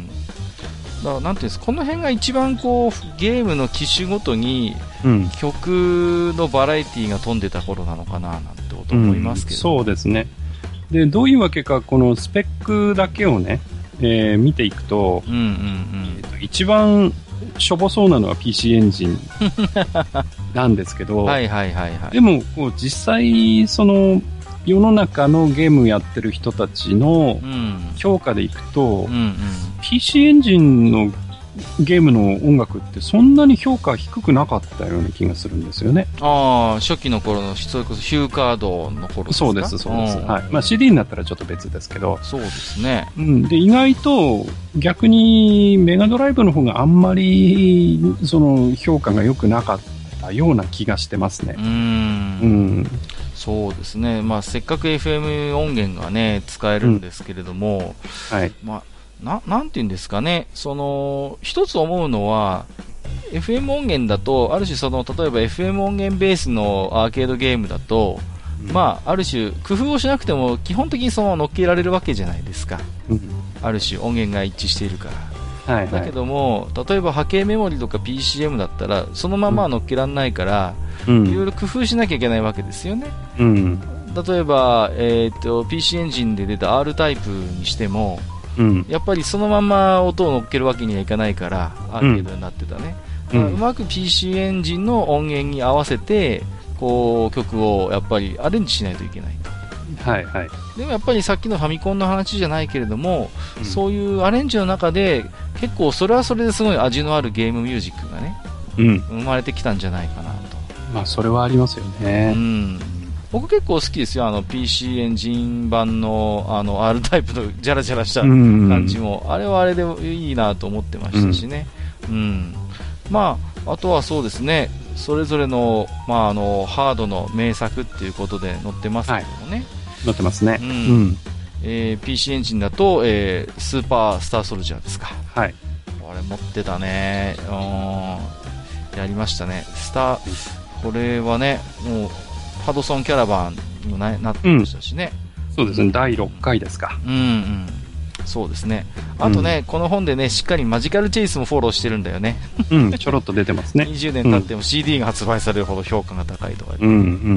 Speaker 1: だからなんていうんですか、この辺が一番こうゲームの機種ごとに曲のバラエティが飛んでた頃なのかななんてこと思いますけど、
Speaker 2: うん、そうですね。でどういうわけかこのスペックだけをね、えー、見ていくと、うんうんうんえー、と一番しょぼそうなのは ピーシー エンジンなんですけどはいはいはい、はい、でもこう実際その世の中のゲームやってる人たちの評価でいくと、うんうんうん、ピーシー エンジンのゲームの音楽ってそんなに評価低くなかったような気がするんですよね。
Speaker 1: ああ、初期の頃のそれこそヒューカードの頃ですか。
Speaker 2: そうですそうです、はいまあ、シーディー になったらちょっと別ですけど
Speaker 1: そうですね、
Speaker 2: うん、で意外と逆にメガドライブの方があんまりその評価が良くなかったような気がしてますね。うーん、
Speaker 1: うんそうですね、まあ、せっかく エフエム 音源がね使えるんですけれども、うんはいまあな, なんて言うんですかね、その一つ思うのは エフエム 音源だとある種その例えば エフエム 音源ベースのアーケードゲームだと、うん、まあある種工夫をしなくても基本的にそのまま乗っけられるわけじゃないですか、うん、ある種音源が一致しているから、はいはい、だけども例えば波形メモリとか ピーシーエム だったらそのまま乗っけられないから、うん、いろいろ工夫しなきゃいけないわけですよね、うん例えば、えー、と ピーシー エンジンで出た R タイプにしても、うん、やっぱりそのまま音を乗っけるわけにはいかないからアーケードになってたね、うん、うまく ピーシー エンジンの音源に合わせてこう曲をやっぱりアレンジしないといけないと、はいはい、でもやっぱりさっきのファミコンの話じゃないけれども、うん、そういうアレンジの中で結構それはそれですごい味のあるゲームミュージックがね、うん、生まれてきたんじゃないかなと。
Speaker 2: まあそれはありますよね、うん、
Speaker 1: 僕結構好きですよ、あの ピーシー エンジン版のあの R タイプのジャラジャラした感じも、うんうん、あれはあれでいいなと思ってましたしね、うん、うん、まああとはそうですね、それぞれの、まあ、あのハードの名作っていうことで載ってますけどもね、はい、
Speaker 2: 載ってますね、うんうん、
Speaker 1: えー、ピーシー エンジンだと、えー、スーパースターソルジャーですか、はい、これ持ってたね、うん、やりましたね、スター、これはね、もうハドソンキャラバンにも な, なってましたしね、
Speaker 2: うん、そうですね、だいろっかいですか、
Speaker 1: うんうん、そうですね、あとね、うん、この本でねしっかりマジカルチェイスもフォローしてるんだよね、
Speaker 2: うん、ちょろっと出てますね
Speaker 1: にじゅうねん経っても シーディー が発売されるほど評価が高いとか、うんうん、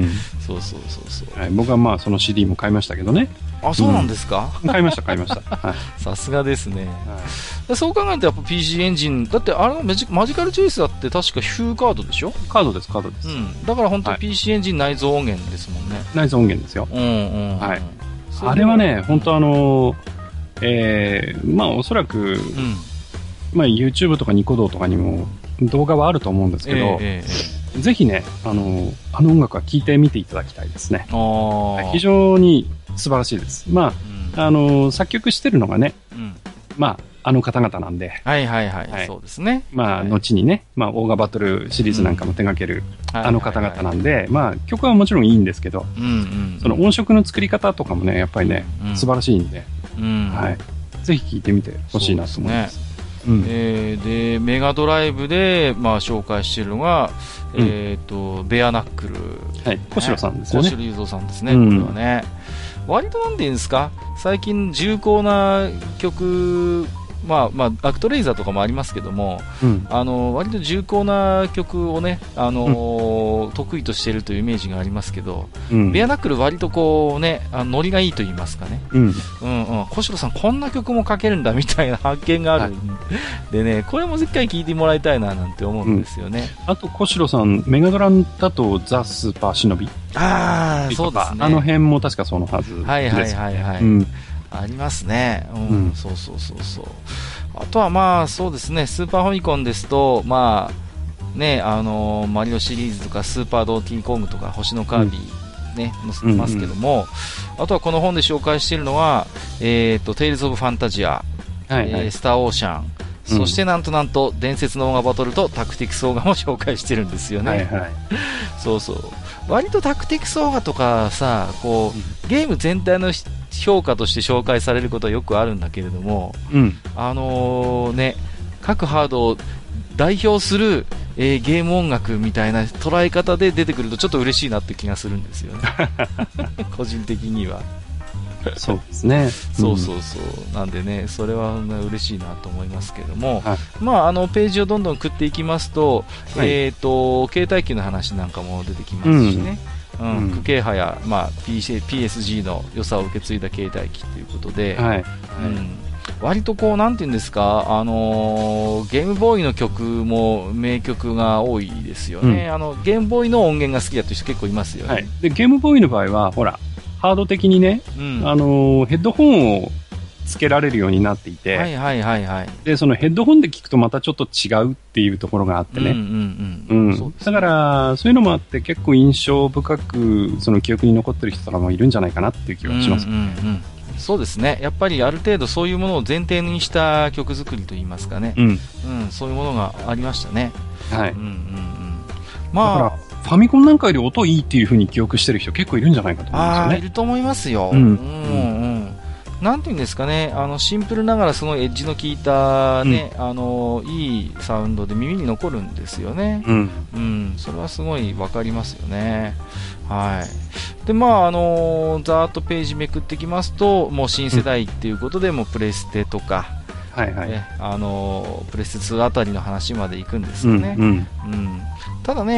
Speaker 1: そうそうそうそう、
Speaker 2: はい、僕はまあその シーディー も買いましたけどね。
Speaker 1: あ、そうなんですか、
Speaker 2: うん、買いました買いました
Speaker 1: さすがですね、はい、そう考えるとやっぱ ピーシー エンジンだってあれのマジマジカルチェイスだって確かフーカードでしょ。
Speaker 2: カードですカードです、
Speaker 1: うん、だから本当に ピーシー エンジン内蔵音源ですもんね、はい、
Speaker 2: 内蔵音源ですよ、うんうん、はい、あれはね本当あのー、えー、まあおそらく、うん、まあ YouTube とかニコ動とかにも動画はあると思うんですけど、えーえー、ぜひねあのー、あの音楽は聴いてみていただきたいですね。あ、非常に素晴らしいです。まあ、うん、あのー、作曲してるのがね、うん、まああの方々なんで、
Speaker 1: はいはいはい、はい、そうですね。
Speaker 2: まあ、はい、後にね、まあオーガバトルシリーズなんかも手掛ける、うん、あの方々なんで、はいはいはい、まあ曲はもちろんいいんですけど、うんうんうん、その音色の作り方とかもねやっぱりね、うん、素晴らしいんで、うん、はい、ぜひ聴いてみてほしいなと思います。
Speaker 1: うん、えー、でメガドライブで、まあ、紹介しているのが、うん、えーとベアナックル、
Speaker 2: はい、小城さんですよね。
Speaker 1: 小城雄三さんですね、うん、これはね割となんていうんですか、最近重厚な曲、まあまあ、アクトレイザーとかもありますけども、うん、あの割と重厚な曲をね、あのーうん、得意としているというイメージがありますけど、うん、ベアナックル割とこうね、あのノリがいいと言いますかね、うんうんうん、小城さんこんな曲も書けるんだみたいな発見があるんでね、はい、これもぜひ聴いてもらいたいななんて思うんですよね、
Speaker 2: うん、あと小城さんメガドランだとザ・スーパーシノビ、
Speaker 1: ああそうですね、
Speaker 2: あの辺も確かそのはずです、
Speaker 1: はいはいはいはい、うん、ありますね、うんうん、そうそうそうそう。あとはまあそうですね、スーパーファミコンですとまあね、あのー、マリオシリーズとかスーパードンキーコングとか星のカービィね、うん、載せてますけども、うんうん、あとはこの本で紹介しているのは、えーと、テイルズ・オブ・ファンタジア、はいはい、えー、スター・オーシャン、うん、そしてなんとなんと伝説のオーガバトルとタクティクスオーガも紹介してるんですよね、はいはい、そうそう、割とタクティクスオーガとかさ、こうゲーム全体の評価として紹介されることはよくあるんだけれども、うん、あのー、ね、各ハードを代表する、えー、ゲーム音楽みたいな捉え方で出てくるとちょっと嬉しいなって気がするんですよね個人的には
Speaker 2: そうですね、
Speaker 1: そうそうそう、うん、なんでね、それは、ね、嬉しいなと思いますけども、はい、まあ、あのページをどんどん食っていきますと、はい、えーと携帯機の話なんかも出てきますしね、うんうん、クケイハや、まあ、ピーエスジー の良さを受け継いだ携帯機ということで、はいはい、うん、割とこうなんていうんですか、あのー、ゲームボーイの曲も名曲が多いですよね、うん、あのゲームボーイの音源が好きだという人結構いますよね、はい、
Speaker 2: でゲームボーイの場合はほらハード的にね、うん、あのー、ヘッドホンをつけられるようになっていて、はいはいはいはい、でそのヘッドホンで聞くとまたちょっと違うっていうところがあってね、だからそういうのもあって結構印象深くその記憶に残ってる人とかもいるんじゃないかなっていう気がします、うんうんうん、
Speaker 1: そうですね、やっぱりある程度そういうものを前提にした曲作りといいますかね、うんうん、そういうものがありましたね、はい、うんうんうん、
Speaker 2: まあだからファミコンなんかより音いいっていう風に記憶してる人結構いるんじゃないかと思うんですよね。
Speaker 1: あ、いると思いますよ、うんうんうん、なんていうんですかね、あのシンプルながらすごいエッジの効いた、ね、うん、あのいいサウンドで耳に残るんですよね、うんうん、それはすごい分かりますよね。はい、でまああのざーっとページめくってきますともう新世代っていうことで、うん、もうプレステとか、はいはい、ね、あのプレステツーあたりの話まで行くんですよね、うんうんうん、ただね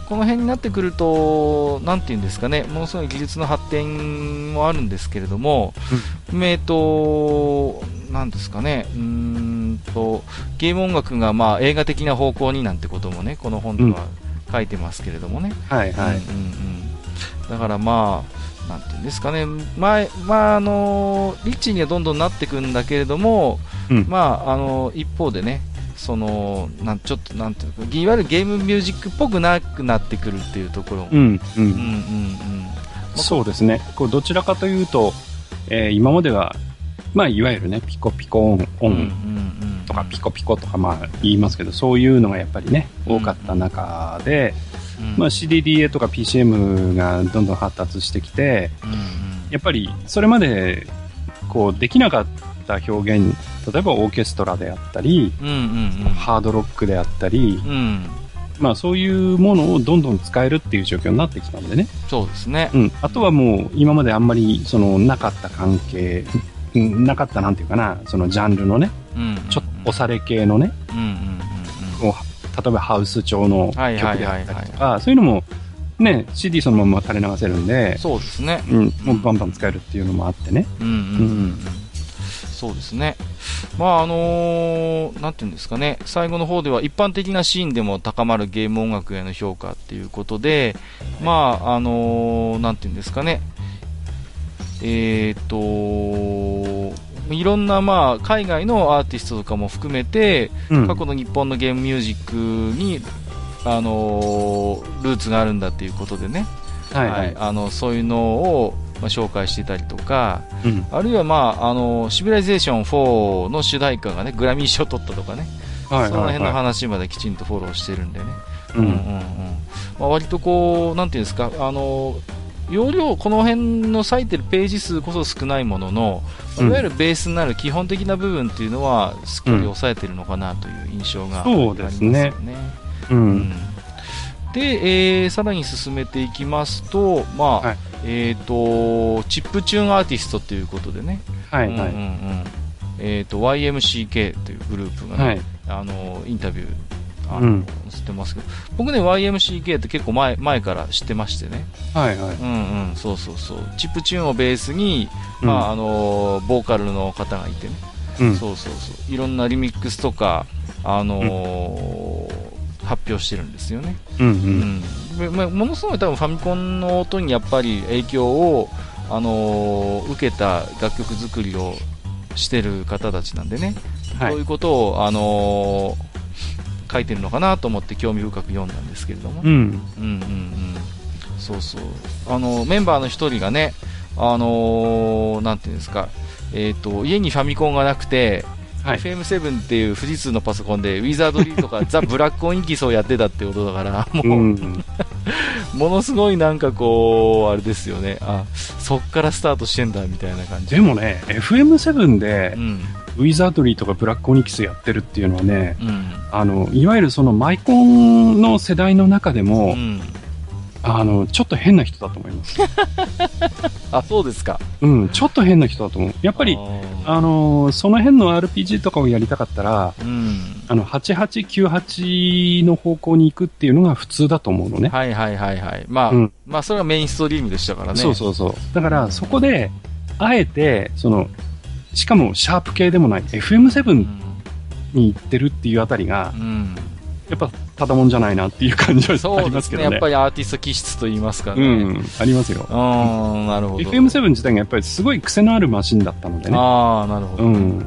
Speaker 1: この辺になってくると、なんていうんですかね、ものすごい技術の発展もあるんですけれども、うん、えっと、なんですかね、うーんと、ゲーム音楽がまあ映画的な方向になんてこともね、この本では書いてますけれどもね。
Speaker 2: うん、はいはい。うんうんうん、
Speaker 1: だからまあ、なんていうんですかね、前、まあ、あの、リッチにはどんどんなっていくんだけれども、うん、まあ、あの、一方でね、そのなんちょっとなんていうかいわゆるゲームミュージックっぽくなくなってくるっていうところも、うんうんうんうん、
Speaker 2: そうですね。こうどちらかというと、えー、今まではまあいわゆるねピコピコ音音とかピコピコとかまあ言いますけど、そういうのがやっぱりね多かった中で、うんうん、まあ シーディーディーエー とか ピーシーエム がどんどん発達してきて、うんうん、やっぱりそれまでこうできなかった表現、例えばオーケストラであったり、うんうんうん、ハードロックであったり、うん、まあそういうものをどんどん使えるっていう状況になってきたんでね。
Speaker 1: そうですね。
Speaker 2: うん。あとはもう今まであんまりそのなかった関係、うん、なかったなんていうかな、そのジャンルのね、うんうんうん、ちょっとおされ系のね、うんうんうんうん、こう例えばハウス調の曲であったりとか、そういうのもね、シーディー そのまま垂れ流せるんで、
Speaker 1: そうですね。
Speaker 2: うん、もうバンバン使えるっていうのもあってね。うんうんうんうん
Speaker 1: そうですね。まああのー、なんていうんですかね、最後の方では一般的なシーンでも高まるゲーム音楽への評価っていうことで、まああのー、なんていうんですかね、えーといろんなまあ海外のアーティストとかも含めて、うん、過去の日本のゲームミュージックにあのー、ルーツがあるんだっていうことでね、はいはい、あのそういうのをまあ、紹介していたりとか、うん、あるいは、まあ、あのシビライゼーションフォーの主題歌が、ね、グラミー賞を取ったとかね、はいはいはい、その辺の話まできちんとフォローしてるんでね、うんうんうんまあ、割とこうなんていうんですか、あの容量この辺の割いてるページ数こそ少ないものの、うん、いわゆるベースになる基本的な部分っていうのはしっかり抑えてるのかなという印象がありますよね。うんうんで、えー、さらに進めていきますと、まあはいえー、とチップチューンアーティストということでね、はいはいうんうんうんえー、と ワイエムシーケー というグループが、ねはい、あのインタビューあの、うん、載せてますけど、僕ね ワイエムシーケー って結構 前, 前から知ってましてね、はいはいうんうん、そうそうそうチップチューンをベースに、うんまあ、あのボーカルの方がいてね、うん、そうそうそういろんなリミックスとか、あのーうん発表してるんですよね、うんうんうん、ものすごい多分ファミコンの音にやっぱり影響を、あのー、受けた楽曲作りをしてる方たちなんでね、はい、そういうことを、あのー、書いてるのかなと思って興味深く読んだんですけれども、うん、うんうんうんそうそうあのメンバーの一人がね、あのー、なんていうんですか、えーと、家にファミコンがなくてはい、エフエムセブン っていう富士通のパソコンでウィザードリーとかザ・ブラックオンインキスをやってたってことだからもう、うん、ものすごいなんかこうあれですよね、あそっからスタートしてんだみたいな感じ
Speaker 2: でもね エフエムセブン で、うん、ウィザードリーとかブラックオンインキスやってるっていうのはね、うん、あのいわゆるそのマイコンの世代の中でも、うんあのちょっと変な人だと思います
Speaker 1: あ、そうですか。
Speaker 2: うん、ちょっと変な人だと思う。やっぱりあのその辺の アールピージー とかをやりたかったら、うん、あのはちはちきゅうはちの方向に行くっていうのが普通だと思うのね。
Speaker 1: はいはいはいはい。まあ、うん、まあそれがメインストリームでしたからね。
Speaker 2: そうそうそう。だからそこであえてそのしかもシャープ系でもない エフエムセブン に行ってるっていうあたりが。うんやっぱただもんじゃないなっていう感じはありますけどね。そうですね。
Speaker 1: やっぱりアーティスト気質と言いますかね。うん、
Speaker 2: ありますよ。
Speaker 1: ああ、なるほど。
Speaker 2: エフエムセブン 自体がやっぱりすごい癖のあるマシンだったのでね。
Speaker 1: ああ、なるほど。うん。うんうんうんうん。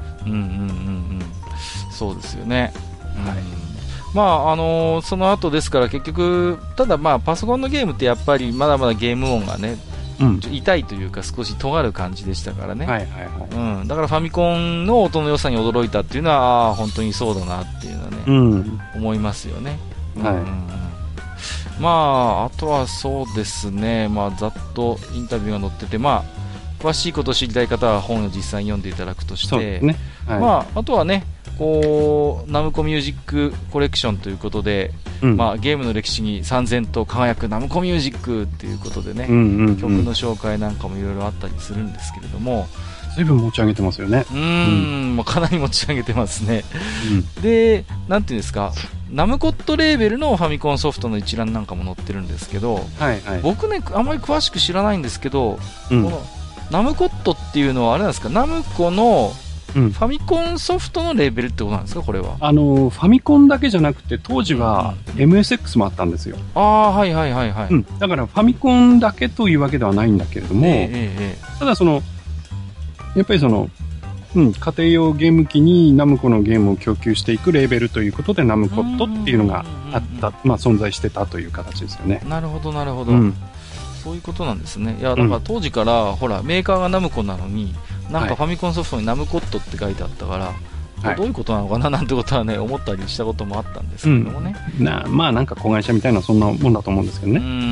Speaker 1: そうですよね。はい。まああのー、その後ですから結局ただまあパソコンのゲームってやっぱりまだまだゲーム音がね。うん、痛いというか少し尖る感じでしたからね、はいはいはいうん、だからファミコンの音の良さに驚いたっていうのはあ本当にそうだなっていうのはね、うん、思いますよね、はいうん、まああとはそうですね、まあ、ざっとインタビューが載ってて、まあ、詳しいことを知りたい方は本を実際に読んでいただくとして、ねはいまあ、あとはねこうナムコミュージックコレクションということで、うんまあ、ゲームの歴史に燦然と輝くナムコミュージックということでね、うんうんうん、曲の紹介なんかもいろいろあったりするんですけれども
Speaker 2: 随分持ち上げてますよね。
Speaker 1: うーん、うん、かなり持ち上げてますね、うん、でなんていうんですかナムコットレーベルのファミコンソフトの一覧なんかも載ってるんですけど、
Speaker 2: はいはい、
Speaker 1: 僕ね、あんまり詳しく知らないんですけど、
Speaker 2: うん、
Speaker 1: このナムコットっていうのはあれなんですか、ナムコのファミコンソフトのレーベルってことなんですか、これは。
Speaker 2: あのファミコンだけじゃなくて当時は エムエスエックス もあったんですよ。
Speaker 1: ああ、はいはいはいはい、うん。
Speaker 2: だからファミコンだけというわけではないんだけれども、えーえー、ただそのやっぱりその、うん、家庭用ゲーム機にナムコのゲームを供給していくレーベルということでナムコットっていうのがあった、まあ、存在してたという形ですよね。
Speaker 1: なるほどなるほど、うん、そういうことなんですね。いやだから当時から、うん、ほらメーカーがナムコなのになんかファミコンソフトにナムコットって書いてあったから、はい、どういうことなのかななんてことはね思ったりしたこともあったんですけどもね、
Speaker 2: うん、なまあなんか子会社みたいなそんなもんだと思うんですけどね。うん、
Speaker 1: うん、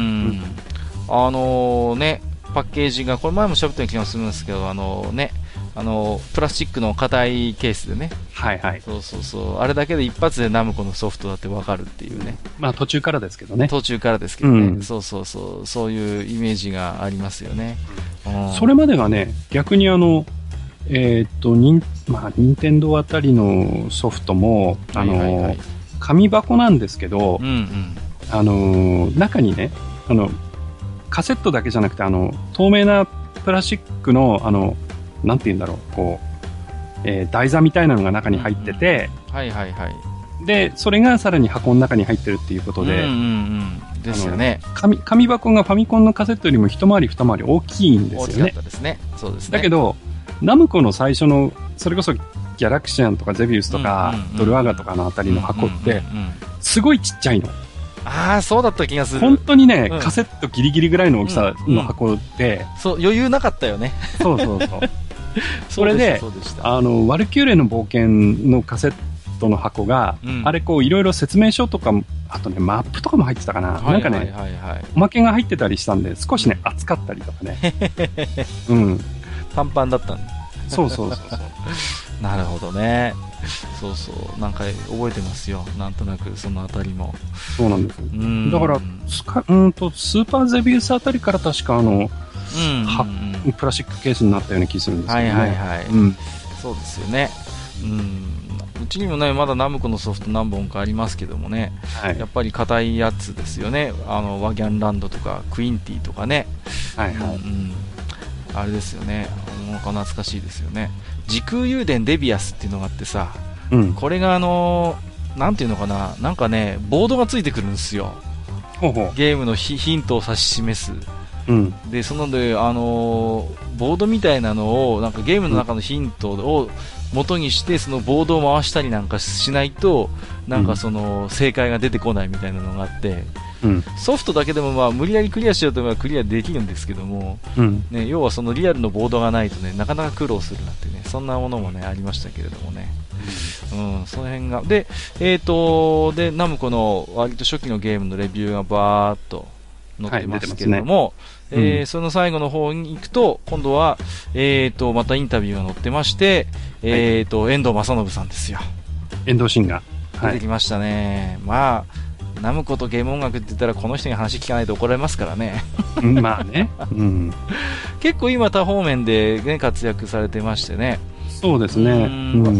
Speaker 1: あのー、ねパッケージがこれ前も喋ったような気がするんですけど、あのー、ねあのプラスチックの硬いケースでね、
Speaker 2: はいはい、
Speaker 1: そうそうそう、あれだけで一発でナムコのソフトだってわかるっていうね。
Speaker 2: まあ途中からですけどね。
Speaker 1: 途中からですけどね、うん、そうそうそう、そういうイメージがありますよね。
Speaker 2: うん、それまでがね、逆にあの、えー、っと、ニン、まあ、任天堂あたりのソフトも、あの、はいはいはい、紙箱なんですけど、うんうん、あの、中にね、あの、カセットだけじゃなくて、あの、透明なプラスチックの、あの、なんて言うんだろう、こう、えー、台座みたいなのが中に入ってて、
Speaker 1: うんうん、はいはいはい。
Speaker 2: で、それがさらに箱の中に入ってるっていうことで、
Speaker 1: うんうんうん、ですよね。
Speaker 2: 紙、紙箱がファミコンのカセットよりも一回り二回り大きいんですよね。
Speaker 1: 大きかったですね。そうですね。
Speaker 2: だけど、ナムコの最初の、それこそギャラクシアンとかゼビウスとか、うんうんうん、ドルアガとかのあたりの箱って、すごいちっちゃいの。
Speaker 1: ああ、そうだった気がする。
Speaker 2: 本当にね、うん、カセットギリギリぐらいの大きさの箱で、
Speaker 1: うんうん、そう、余裕なかったよね。
Speaker 2: そうそうそう。それで、あの、ワルキューレの冒険のカセットの箱が、うん、あれこういろいろ説明書とか、あとね、マップとかも入ってたかな。はいはいはいはい、なんかね、おまけが入ってたりしたんで、少しね、厚かったりとかね。うん。
Speaker 1: パンパンだったんだ。
Speaker 2: そうそうそうそう。
Speaker 1: なるほどね。そうそう。なんか覚えてますよ。なんとなく、そのあたりも。
Speaker 2: そうなんです。うんだからスカうんと、スーパーゼビウスあたりから確かあの、うんはプラスチックケースになったような気するんですけどね。
Speaker 1: はいはいはい、うん、そうですよね。うん、うちにもねまだナムコのソフト何本かありますけどもね、はい、やっぱり硬いやつですよね。あのワギャンランドとかクインティとかね、はいはい、うん、あれですよね。なんか懐かしいですよね。時空幽殿デビアスっていうのがあってさ、うん、これがあのなんていうのかな、なんかねボードがついてくるんですよ。ほうほう、ゲームのヒヒントを指し示す。うん、でそので、あのー、ボードみたいなのをなんかゲームの中のヒントを元にしてそのボードを回したりなんかしないとなんかその正解が出てこないみたいなのがあって、うん、ソフトだけでもまあ無理やりクリアしようと思えばクリアできるんですけども、うんね、要はそのリアルのボードがないとねなかなか苦労するなんてね、そんなものもねありましたけれどもね、うん、その辺がで、えーとでナムコの割と初期のゲームのレビューがバーっと載ってますけれども、はいえーうん、その最後の方に行くと今度は、えー、とまたインタビューが載ってまして、えーとはい、遠藤正信さんですよ。
Speaker 2: 遠藤真が
Speaker 1: 出てきましたね、はい、まあナムコとゲーム音楽って言ったらこの人に話聞かないと怒られますからね
Speaker 2: まあね、うん、
Speaker 1: 結構今多方面で、ね、活躍されてましてね。
Speaker 2: そうですね、うん、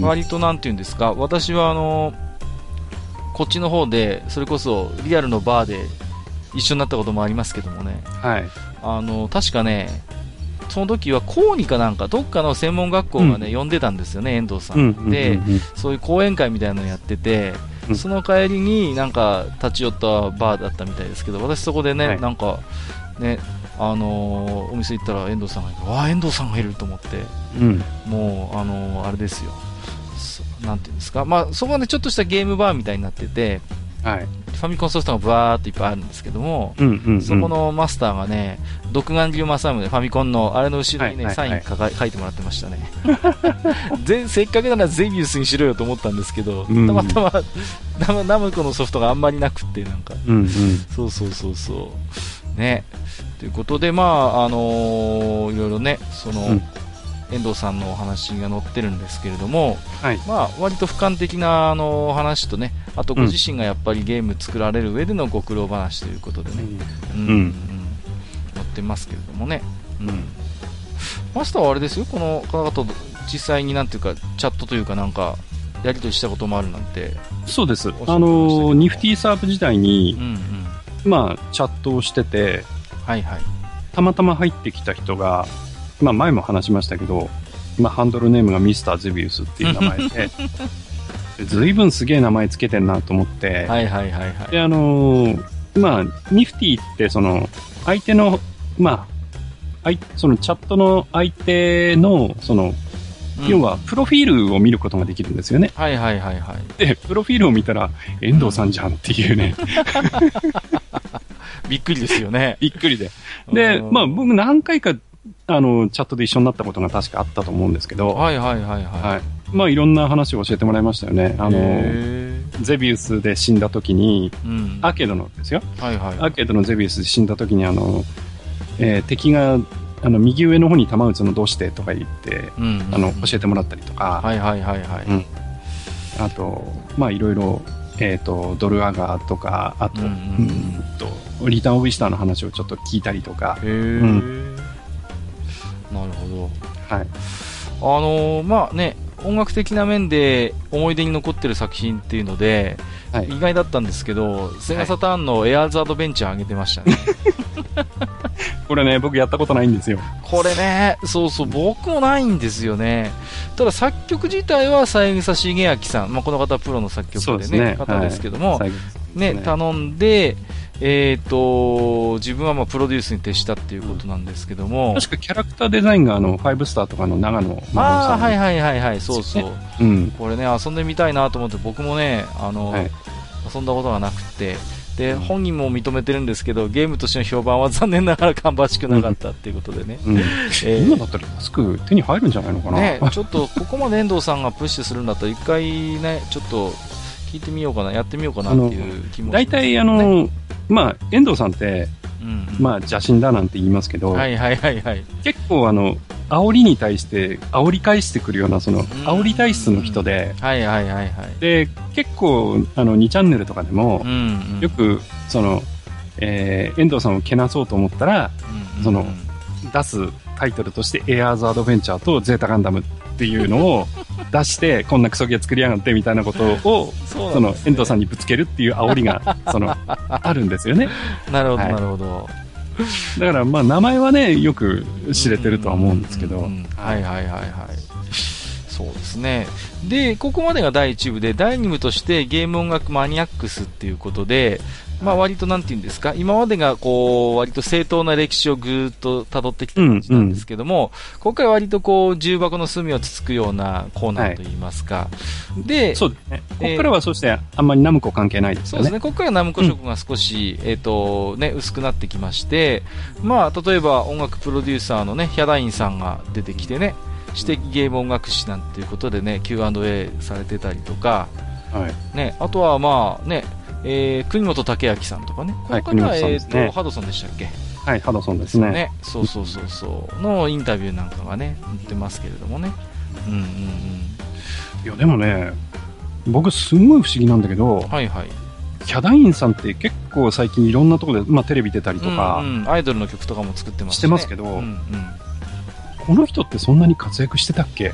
Speaker 1: 割となんていうんですか、私はあのこっちの方でそれこそリアルのバーで一緒になったこともありますけどもね、はい、あの確かねその時は高にかなんかどっかの専門学校がね、うん、呼んでたんですよね、遠藤さん、うん、で、うんうんうん、そういう講演会みたいなのやってて、うん、その帰りになんか立ち寄ったバーだったみたいですけど、私そこでね、はい、なんかねあのー、お店行ったら遠藤さんがいて、わあ遠藤さんがいると思って、うん、もうあのー、あれですよ、なんていうんですか、まあそこはねちょっとしたゲームバーみたいになってて、はい、ファミコンソフトがバーっといっぱいあるんですけども、うんうんうん、そこのマスターがね独眼竜正宗でファミコンのあれの後ろにね、はいはいはい、サインかか書いてもらってましたねせっかくならゼビウスにしろよと思ったんですけど、うん、たまたまナムコのソフトがあんまりなくってなんか、うんうん、そうそうそうそうねということで、まああのー、いろいろねその、うん遠藤さんのお話が載ってるんですけれども、はいまあ、割と俯瞰的なあの話とね、あとご自身がやっぱりゲーム作られる上でのご苦労話ということでね、うんうんうん、載ってますけれどもね、うん、マスターはあれですよ、この方々と実際になんていうかチャットというかなんかやり取りしたこともあるなんて。
Speaker 2: そうです。あの、ニフティサーブ時代に、
Speaker 1: うん
Speaker 2: うん、まあ、チャットをしてて、
Speaker 1: はいはい。
Speaker 2: たまたま入ってきた人が、まあ前も話しましたけど、まあハンドルネームがミスターゼビウスっていう名前で、ずいぶんすげえ名前つけてんなと思って、
Speaker 1: はいはいはいはい。
Speaker 2: で、あのー、まあ、ニフティってその、相手の、まあ、そのチャットの相手の、その、うん、要は、プロフィールを見ることができるんですよね。
Speaker 1: はいはいはいはい。
Speaker 2: で、プロフィールを見たら、遠藤さんじゃんっていうね。
Speaker 1: びっくりですよね。
Speaker 2: びっくりで。で、まあ僕何回か、あの、チャットで一緒になったことが確かあったと思うんですけど。
Speaker 1: はいはいはいはい。
Speaker 2: はい。まあいろんな話を教えてもらいましたよね。あの、ゼビウスで死んだ時に、うん、アーケードのですよ。はいはい。アーケードのゼビウスで死んだ時に、あの、えー、敵が、あの、右上の方に弾撃つのどうしてとか言って、うんうんうん、あの、教えてもらったりとか。
Speaker 1: はいはいはいはい。うん、
Speaker 2: あと、まあいろいろ、えっ、ー、と、ドルアガーとか、あと、うん、うん、と、リターンオブイスターの話をちょっと聞いたりとか。
Speaker 1: へー。うん、なるほ
Speaker 2: ど。はい。
Speaker 1: あのー、まあね、音楽的な面で思い出に残ってる作品っていうので、はい、意外だったんですけど、セガサターンのエアーズアドベンチャーあげてましたね。
Speaker 2: これね、僕やったことないんですよ。
Speaker 1: これね、そうそう、僕もないんですよね。ただ作曲自体は三枝茂明さん、まあ、この方はプロの作曲でね、方ですけども、はい、ね、ね、頼んで、えーと、自分はまあプロデュースに徹したっていうことなんですけども、
Speaker 2: 確かキャラクターデザインがあのファイブスターとかの長野真帆さん、
Speaker 1: ああ、はいはいはいはい、そうそう、
Speaker 2: ね、うん、
Speaker 1: これね遊んでみたいなと思って僕もね、あの、はい、遊んだことがなくて、で、うん、本人も認めてるんですけど、ゲームとしての評判は残念ながら芳しくなかったっていうことでね、
Speaker 2: うんうん、えー、今だったら安く手に入るんじゃないのかな、
Speaker 1: ね、ちょっとここまで遠藤さんがプッシュするんだったら一回ね、ちょっと聞いてみようかな、やってみようかなっていう気もします、ね。
Speaker 2: 大体あの、まあ、遠藤さんって、うんうん、まあ、邪神だなんて言いますけど、
Speaker 1: はいはいはいはい、
Speaker 2: 結構あの、煽りに対して、煽り返してくるような、その、煽り体質の人で、
Speaker 1: はいはいはいはい。
Speaker 2: で、結構、あの、にチャンネルとかでも、うんうん、よく、その、えー、遠藤さんをけなそうと思ったら、うんうん、その、出すタイトルとして、エアーズアドベンチャーとゼータガンダムっていうのを出して、こんなクソゲー作りやがってみたいなことを、そ, その、遠藤さんにぶつけるっていう煽りが、その、あるんですよね。
Speaker 1: なるほど、はい、なるほど。
Speaker 2: だから、まあ、名前はね、よく知れてるとは思うんですけど。はい
Speaker 1: はいはいはい。そうですね。で、ここまでがだいいち部で、だいに部としてゲーム音楽マニアックスっていうことで、まあ割となんて言うんですか、今までがこう、割と正当な歴史をぐーっと辿ってきた感じなんですけども、うんうん、ここから割とこう、重箱の隅をつつくようなコーナーといいますか。はい、で、
Speaker 2: そうですね。ここからはそして、あんまりナムコ関係ないですよね。
Speaker 1: そうですね。ここからナムコ色が少し、うん、えっ、ー、と、ね、薄くなってきまして、まあ、例えば音楽プロデューサーのね、ヒャダインさんが出てきてね、知的ゲーム音楽誌なんていうことでね、キューアンドエー されてたりとか、はい、ね、あとはまあね、えー、国本武明さんとかね、この方は、はい、えーと、ね、ハドソンでしたっけ？
Speaker 2: はい、ハドソンですね。ね、
Speaker 1: そうそうそうそうのインタビューなんかがね、載ってますけれどもね。うんうんうん。
Speaker 2: いやでもね、僕すんごい不思議なんだけど、
Speaker 1: はいはい。
Speaker 2: ヒャダインさんって結構最近いろんなところで、まあテレビ出たりとか、
Speaker 1: うんうん、アイドルの曲とかも作ってますし、ね、
Speaker 2: してますけど、うんうん、この人ってそんなに活躍してたっけ？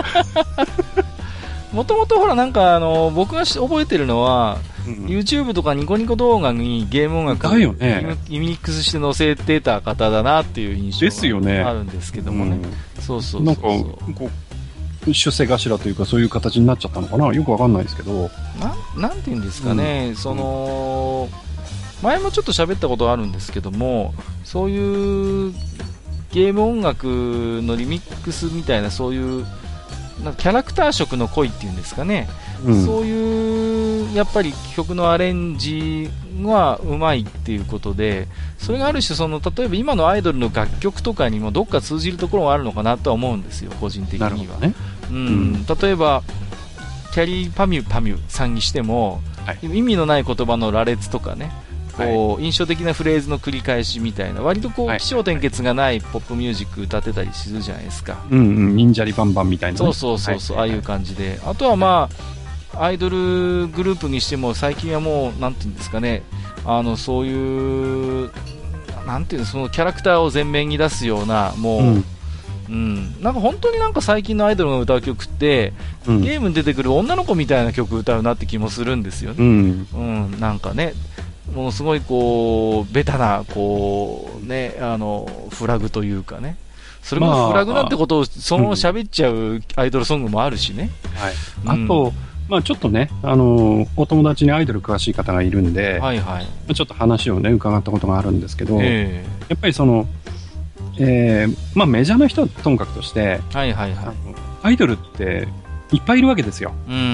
Speaker 1: もともとほらなんかあの僕が覚えてるのは、うん、YouTube とかニコニコ動画にゲーム音楽を、ね、リミックスして載せてた方だなっていう印象があるんですけどもね。うん、そうそうそうそう。
Speaker 2: なんかこう出世頭というかそういう形になっちゃったのかな、よくわかんないですけど。
Speaker 1: な、なんていうんですかね、うん、その前もちょっと喋ったことあるんですけども、そういうゲーム音楽のリミックスみたいなそういうなんかキャラクター色の濃いっていうんですかね、うん、そういうやっぱり曲のアレンジはうまいっていうことで、それがある種その例えば今のアイドルの楽曲とかにもどっか通じるところがあるのかなとは思うんですよ、個人的には。ね、うんうん、例えばキャリーパミュパミュさんにしても、はい、意味のない言葉の羅列とかね、こう印象的なフレーズの繰り返しみたいな割とこう起承転結がないポップミュージック歌ってたりするじゃないですか。
Speaker 2: うんうん、忍者リバンバンみたいな、ね、
Speaker 1: そうそうそうそう、はい、ああいう感じで、あとはまあアイドルグループにしても最近はもうなんていうんですかね、あのそういうなんていうの、そのキャラクターを前面に出すようなもう、うん、 うん、なんか本当になんか最近のアイドルの歌う曲って、うん、ゲームに出てくる女の子みたいな曲歌うなって気もするんですよね。うん、うん、なんかね、ものすごいこうベタなこうね、あのフラグというかね、それもフラグなんてことをそのまま喋っちゃうアイドルソングもあるしね。
Speaker 2: はい、あと、まあ、ちょっとね、あのお友達にアイドル詳しい方がいるんで、
Speaker 1: はいはい、
Speaker 2: ちょっと話をね伺ったことがあるんですけど、えー、やっぱりその、えーまあ、メジャーな人はともかくとして、
Speaker 1: はいはいはい、
Speaker 2: アイドルっていっぱいいるわけですよ。うんうん、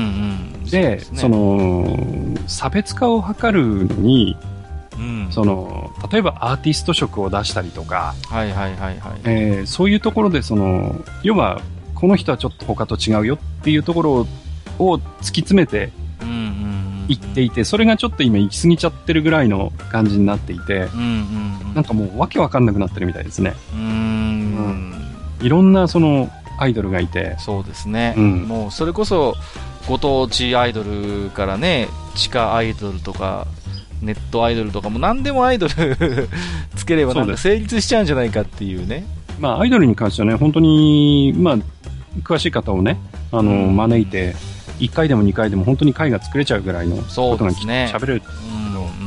Speaker 2: で、そ, ね、その差別化を図るのに、うん、その例えばアーティスト色を出したりとか、
Speaker 1: はいはいはいはい
Speaker 2: えー、そういうところでその要はこの人はちょっと他と違うよっていうところをを突き詰めていっていて、それがちょっと今行き過ぎちゃってるぐらいの感じになっていて、うんうんうん、なんかもうわけわかんなくなってるみたいですね。うーん、うん、いろんなそのアイドルがいて、
Speaker 1: そうですね、うん、もうそれこそご当地アイドルからね、地下アイドルとかネットアイドルとかも何でもアイドルつければなんか成立しちゃうんじゃないかっていうね。
Speaker 2: まあアイドルに関してはね、本当にまあ詳しい方をね、あの、うん、招いていっかいでもにかいでも本当に回が作れちゃうぐらいのことが喋、ね、れる。うんうんうん、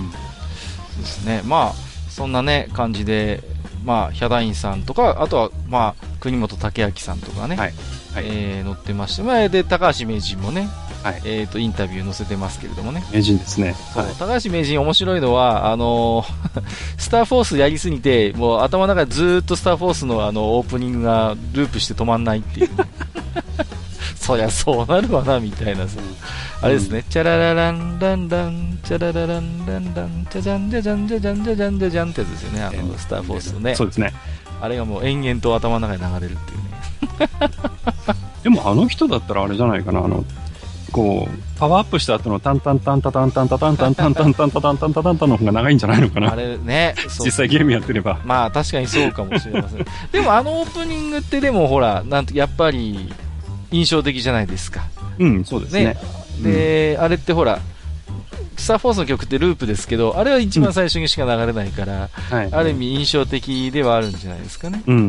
Speaker 1: ですね。まあそんなね感じで、まあヒャダインさんとか、あとはまあ国本武明さんとかね、はいはい、えー、載ってまして、まあ、で高橋名人もね、はい、えーとインタビュー載せてますけれどもね。
Speaker 2: 名人ですね。
Speaker 1: そう、はい、高橋名人面白いのはあのー、スターフォースやりすぎてもう頭の中でずーっとスターフォースのあのオープニングがループして止まんないっていう、ね。そりゃそうなるわなみたいなさ、あれですね、うん、チャララランランランチャララランランランチャジャンジャジャンジャジャンジャジャンジャジャンってやつですよね、あのスターフォースのね。
Speaker 2: そうですね。
Speaker 1: あれがもう延々と頭の中に流れるっていうね。
Speaker 2: でもあの人だったらあれじゃないかな、あのこうパワーアップした後のタンタンタンタタンタンタタンタンタンタンタンタタンタンタタンタンの方が長いんじゃないのかな。
Speaker 1: あれね、
Speaker 2: 実際ゲームやってれば。
Speaker 1: まあ確かにそうかもしれません。でもあのオープニングってでもほらなんとやっぱり印象的じゃないですか。
Speaker 2: うん、そうですね。ね
Speaker 1: で、うん、あれってほら、スターフォースの曲ってループですけど、あれは一番最初にしか流れないから、うんはい、ある意味印象的ではあるんじゃないですかね。うん。うん。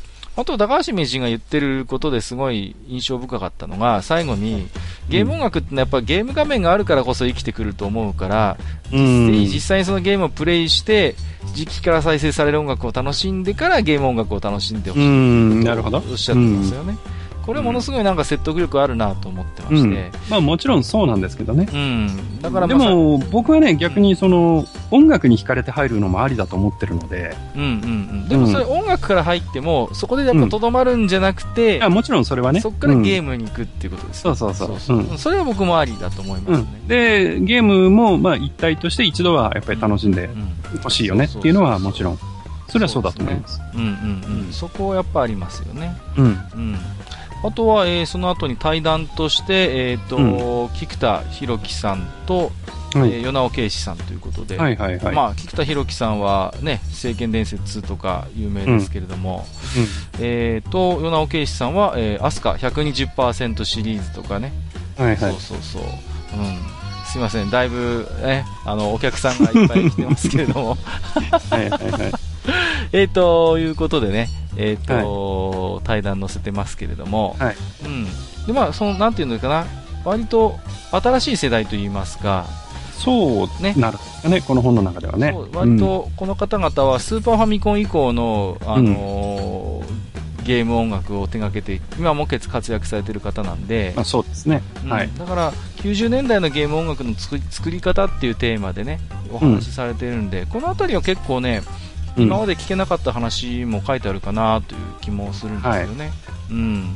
Speaker 1: あと、高橋名人が言ってることですごい印象深かったのが、最後に、ゲーム音楽ってやっぱゲーム画面があるからこそ生きてくると思うから、うん、実際にそのゲームをプレイして、実機から再生される音楽を楽しんでからゲーム音楽を楽しんでほしいとおっしゃってますよね。これものすごいなんか説得力あるなと思ってまして、うん、
Speaker 2: まあもちろんそうなんですけどね。
Speaker 1: うん、だから、
Speaker 2: まあ、でも僕はね逆にその音楽に惹かれて入るのもありだと思ってるので、
Speaker 1: うんうんうん、でもそれ音楽から入ってもそこでやっぱとどまるんじゃなくて、
Speaker 2: うん、あもちろんそれはね
Speaker 1: そこからゲームに行くっていうことです、ね、
Speaker 2: うん、そうそうそう、
Speaker 1: うん、それは僕もありだと思いますね、
Speaker 2: うん、でゲームもまあ一体として一度はやっぱり楽しんでほしいよねっていうのはもちろんそれはそうだと思います。
Speaker 1: うんうんうん、そこはやっぱありますよね。うんうんあとは、えー、その後に対談として、えーとうん、菊田博樹さんと、はい、えー、与那尾圭司さんということで、はいはいはいまあ、菊田博樹さんは、ね、聖剣伝説とか有名ですけれども、うんうんえー、と与那尾圭司さんは、えー、アスカ ひゃくにじゅっパーセント シリーズとかね、はいはい、そうそうそう、うん、すいませんだいぶ、ね、あのお客さんがいっぱい来てますけれどもはいはいはいえーということでね、えーとはい、対談載せてますけれども、はいうんでまあ、そのなんていうのかな割と新しい世代といいますか
Speaker 2: そうねなるほどねこの本の中ではね
Speaker 1: 割とこの方々はスーパーファミコン以降の、あのーうん、ゲーム音楽を手掛けて今も活躍されている方なんで、
Speaker 2: まあ、そうですね、
Speaker 1: うん
Speaker 2: はい、
Speaker 1: だからきゅうじゅうねんだいのゲーム音楽の作り、作り方っていうテーマでねお話しされているんで、うん、このあたりは結構ね今まで聞けなかった話も書いてあるかなという気もするんですよね、はいうん、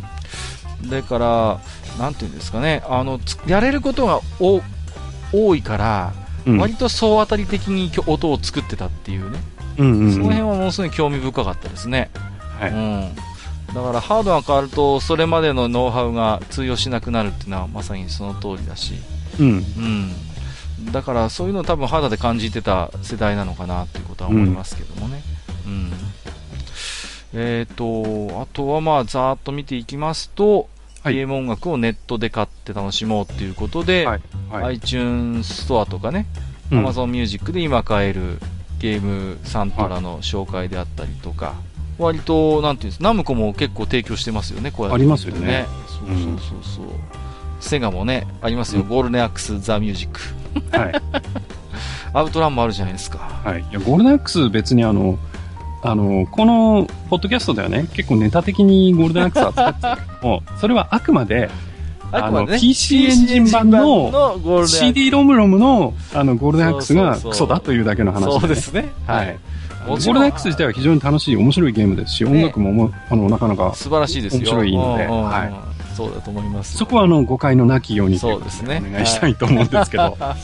Speaker 1: だからなんていうんですかねあのやれることが多いから、うん、割と総当たり的に音を作ってたっていうね、うんうんうん、その辺はものすごい興味深かったですね、はいうん、だからハードが変わるとそれまでのノウハウが通用しなくなるっていうのはまさにその通りだし、うんうんだからそういうのを多分肌で感じてた世代なのかなということは思いますけどもね、うんうん、えーとあとはまあざーっと見ていきますと、はい、ゲーム音楽をネットで買って楽しもうということで、はいはい、iTunes ストアとかね、うん、Amazon Music で今買えるゲームサントラの紹介であったりとか、 割となんていうんですか、ナムコも結構提供してますよね、こうやって、ね、
Speaker 2: ありますよね。
Speaker 1: そうそうそうそう、うん、セガもねありますよ、うん、ゴールデンアックスザミュージック、はい、アウトランもあるじゃないですか。
Speaker 2: はい、いやゴールデンアックス別にあのあのこのポッドキャストではね結構ネタ的にゴールデンアックス扱ってるけどもそれはあくまであの ピーシー エンジン版の シーディー ロムロムのあのゴールデンアックスがクソだというだけの話で、ね、
Speaker 1: そうですね、はい、
Speaker 2: ゴールデンアックス自体は非常に楽しい面白いゲームですし、ね、音楽ももあのなかなか
Speaker 1: 素晴らしいですよ、
Speaker 2: 面白いので、
Speaker 1: はい、そうだと思います。
Speaker 2: そこはあの誤解のなきように
Speaker 1: そうですね、
Speaker 2: お願いしたいと思うんですけど、はい、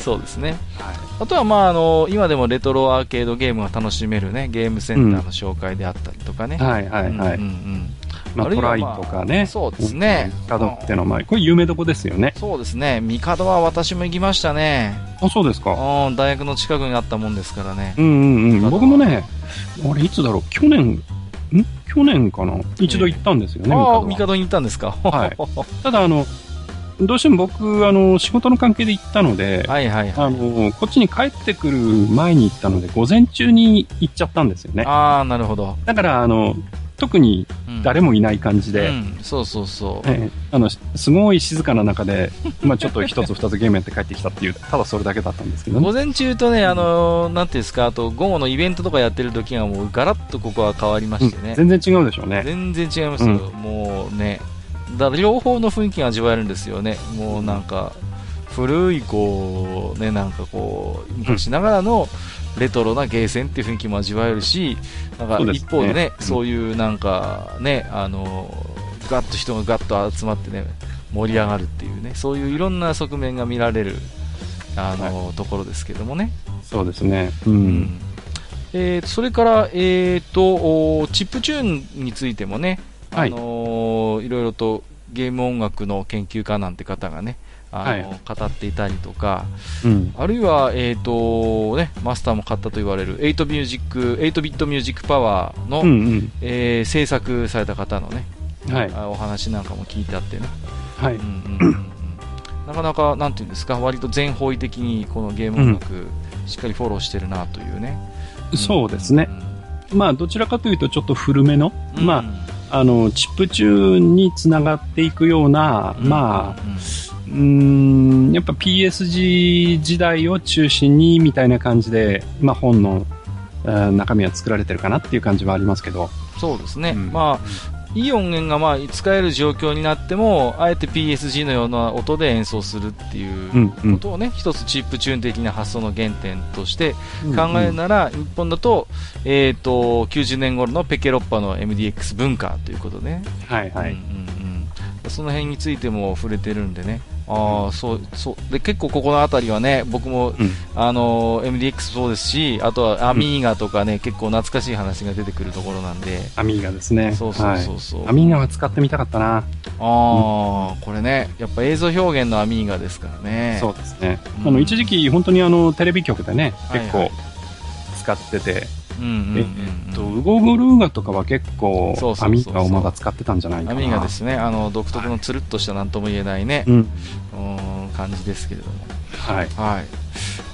Speaker 1: そうですね、はい、あとはまああの今でもレトロアーケードゲームが楽しめるねゲームセンターの紹介であったりとかね、
Speaker 2: うん、はいはいはい、うんうんうんまあ、トライとかね、
Speaker 1: そうですね、
Speaker 2: ミカドってのは、まあ、これ有名どこですよね。
Speaker 1: そうですね、ミカドは私も行きましたね。
Speaker 2: あ、そうですか。
Speaker 1: うん、大学の近くにあったもんですからね。
Speaker 2: うんうんうん、僕もね、あれいつだろう、去年、ん去年かな、一度行ったんですよね、
Speaker 1: えー、
Speaker 2: ミカドは。
Speaker 1: ああ、ミカドに行ったんですか。
Speaker 2: はい。ただあの、どうしても僕、あの、仕事の関係で行ったので、
Speaker 1: はいはいはい、
Speaker 2: あの、こっちに帰ってくる前に行ったので、午前中に行っちゃったんですよね。
Speaker 1: ああ、なるほど。
Speaker 2: だから、あの、特に誰もいない感じで、
Speaker 1: うんうん、そうそうそう、
Speaker 2: えー、あのすごい静かな中で、まあ、ちょっと一つ二つゲームやって帰ってきたっていうただそれだけだったんですけど、ね、
Speaker 1: 午前中とね、あのー、なんていうんですか、あと午後のイベントとかやってる時はもうガラッとここは変わりましてね、
Speaker 2: うん、全然違うでしょうね。
Speaker 1: 全然違いますよ、うん、もうね、だから両方の雰囲気が味わえるんですよね。もうなんか古いこうね、なんかこう昔ながらのレトロなゲーセンっていう雰囲気も味わえるし、なんか一方でね、そういうなんかね、あのガッと人がガッと集まってね盛り上がるっていうね、そういういろんな側面が見られるあの、はい、ところですけどもね。
Speaker 2: そうですね。うん。うん、
Speaker 1: えー、それからえっとチップチューンについてもね、あのー、はい、いろいろとゲーム音楽の研究家なんて方がね。あのはい、語っていたりとか、うん、あるいは、えーとね、マスターも買ったと言われるエイトミュージック、エイトビットミュージックパワーの、うんうん、えー、制作された方のね、はい、お話なんかも聞いてあってね、はい、うんうんうんうん、なかなかなんていうんですか、割と全方位的にこのゲーム音楽、うん、しっかりフォローしてるなというね。
Speaker 2: そうですね、うん、まあどちらかというとちょっと古めの、うん、まああのチップチューンにつながっていくような、うん、まあ、うんうーんやっぱ ピーエスジー 時代を中心にみたいな感じで、まあ、本の中身は作られてるかなっていう感じはありますけど。
Speaker 1: そうですね、うん、まあいい音源がまあ使える状況になってもあえて ピーエスジー のような音で演奏するっていうことをね、うんうん、一つチップチューン的な発想の原点として考えるなら、うんうん、日本だと、えーときゅうじゅうねん頃のペケロッパの エムディーエックス 文化ということでね、はいはい、うんうんうん、その辺についても触れてるんでね、ああそうそうで結構ここの辺りはね僕も、うん、あの エムディーエックス そうですし、あとはアミーガとかね、うん、結構懐かしい話が出てくるところなんで。
Speaker 2: アミーガですね。
Speaker 1: そうそうそうそう、はい、
Speaker 2: アミーガは使ってみたかったな。あ
Speaker 1: あ、うん、これねやっぱ映像表現のアミーガですからね。
Speaker 2: そうですね、うん、あの一時期本当にあのテレビ局でね結構使ってて、はいはい、うんうんうんうん、えっとウゴグルーガとかは結構アミーガをまだ使ってたんじゃないかな。
Speaker 1: アミーガですね、あの独特のつるっとした何とも言えないね、はい、うん、感じですけれども、はい、はい、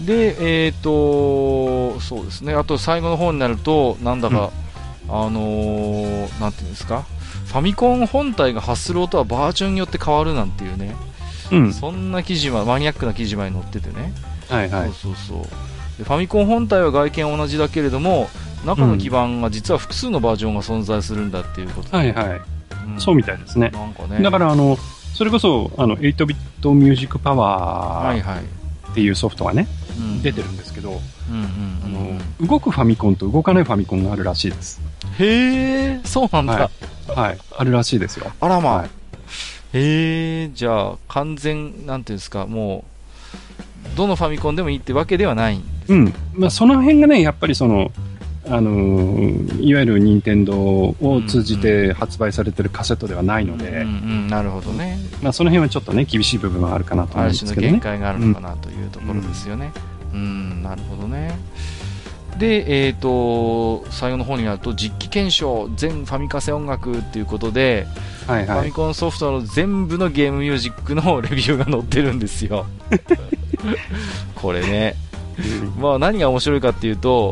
Speaker 1: でえっ、ー、とそうですね、あと最後の方になるとなんだか、うん、あのー、なんていうんですか、ファミコン本体が発する音はバージョンによって変わるなんていうね、うん、そんな記事はマニアックな記事まで載っててね、はいはい、そうそうそう、でファミコン本体は外見は同じだけれども中の基板が実は複数のバージョンが存在するんだっていうことで、
Speaker 2: はいはい、うん、そうみたいですね。なんかね、だからあのそれこそあのエイトビットミュージックパワーっていうソフトがね、はいはい、出てるんですけど、動くファミコンと動かないファミコンがあるらしいです。
Speaker 1: へえ、そうなんだ、
Speaker 2: はい、はい、あるらしいですよ。
Speaker 1: あらまあ、はい、へえ、じゃあ完全なんていうんですか、もうどのファミコンでもいいってわけではないんです、ね、うん、
Speaker 2: まあ、その辺がねやっぱりそのあのー、いわゆる任天堂を通じて発売されてるカセットではないので、うんうんうん、
Speaker 1: なるほどね、
Speaker 2: まあ、その辺はちょっとね厳しい部分はあるかなと思うんですけどね、
Speaker 1: ある種の限界があるのかなというところですよね、うん、うん、なるほどね。で、えーと最後の方になると実機検証全ファミカセ音楽ということで、はいはい、ファミコンソフトの全部のゲームミュージックのレビューが載ってるんですよこれね、まあ何が面白いかっていうと、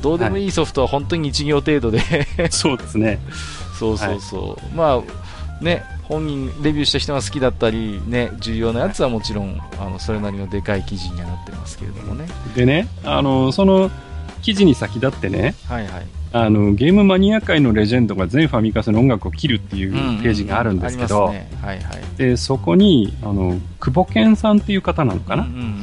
Speaker 1: どうでもいいソフトは本当にいち行程度で
Speaker 2: そうですね。
Speaker 1: そうそうそう。はい、まあ、ね、本人、レビューした人が好きだったり、ね、重要なやつはもちろん、あの、それなりのでかい記事にはなってますけれどもね。
Speaker 2: でね、あの、その記事に先立ってね、
Speaker 1: はいはい。
Speaker 2: あの、ゲームマニア界のレジェンドが全ファミカスの音楽を切るっていうページがあるんですけど、
Speaker 1: ね、はいはい。
Speaker 2: で、そこに、あの、久保健さんっていう方なのかな、うんうんうん、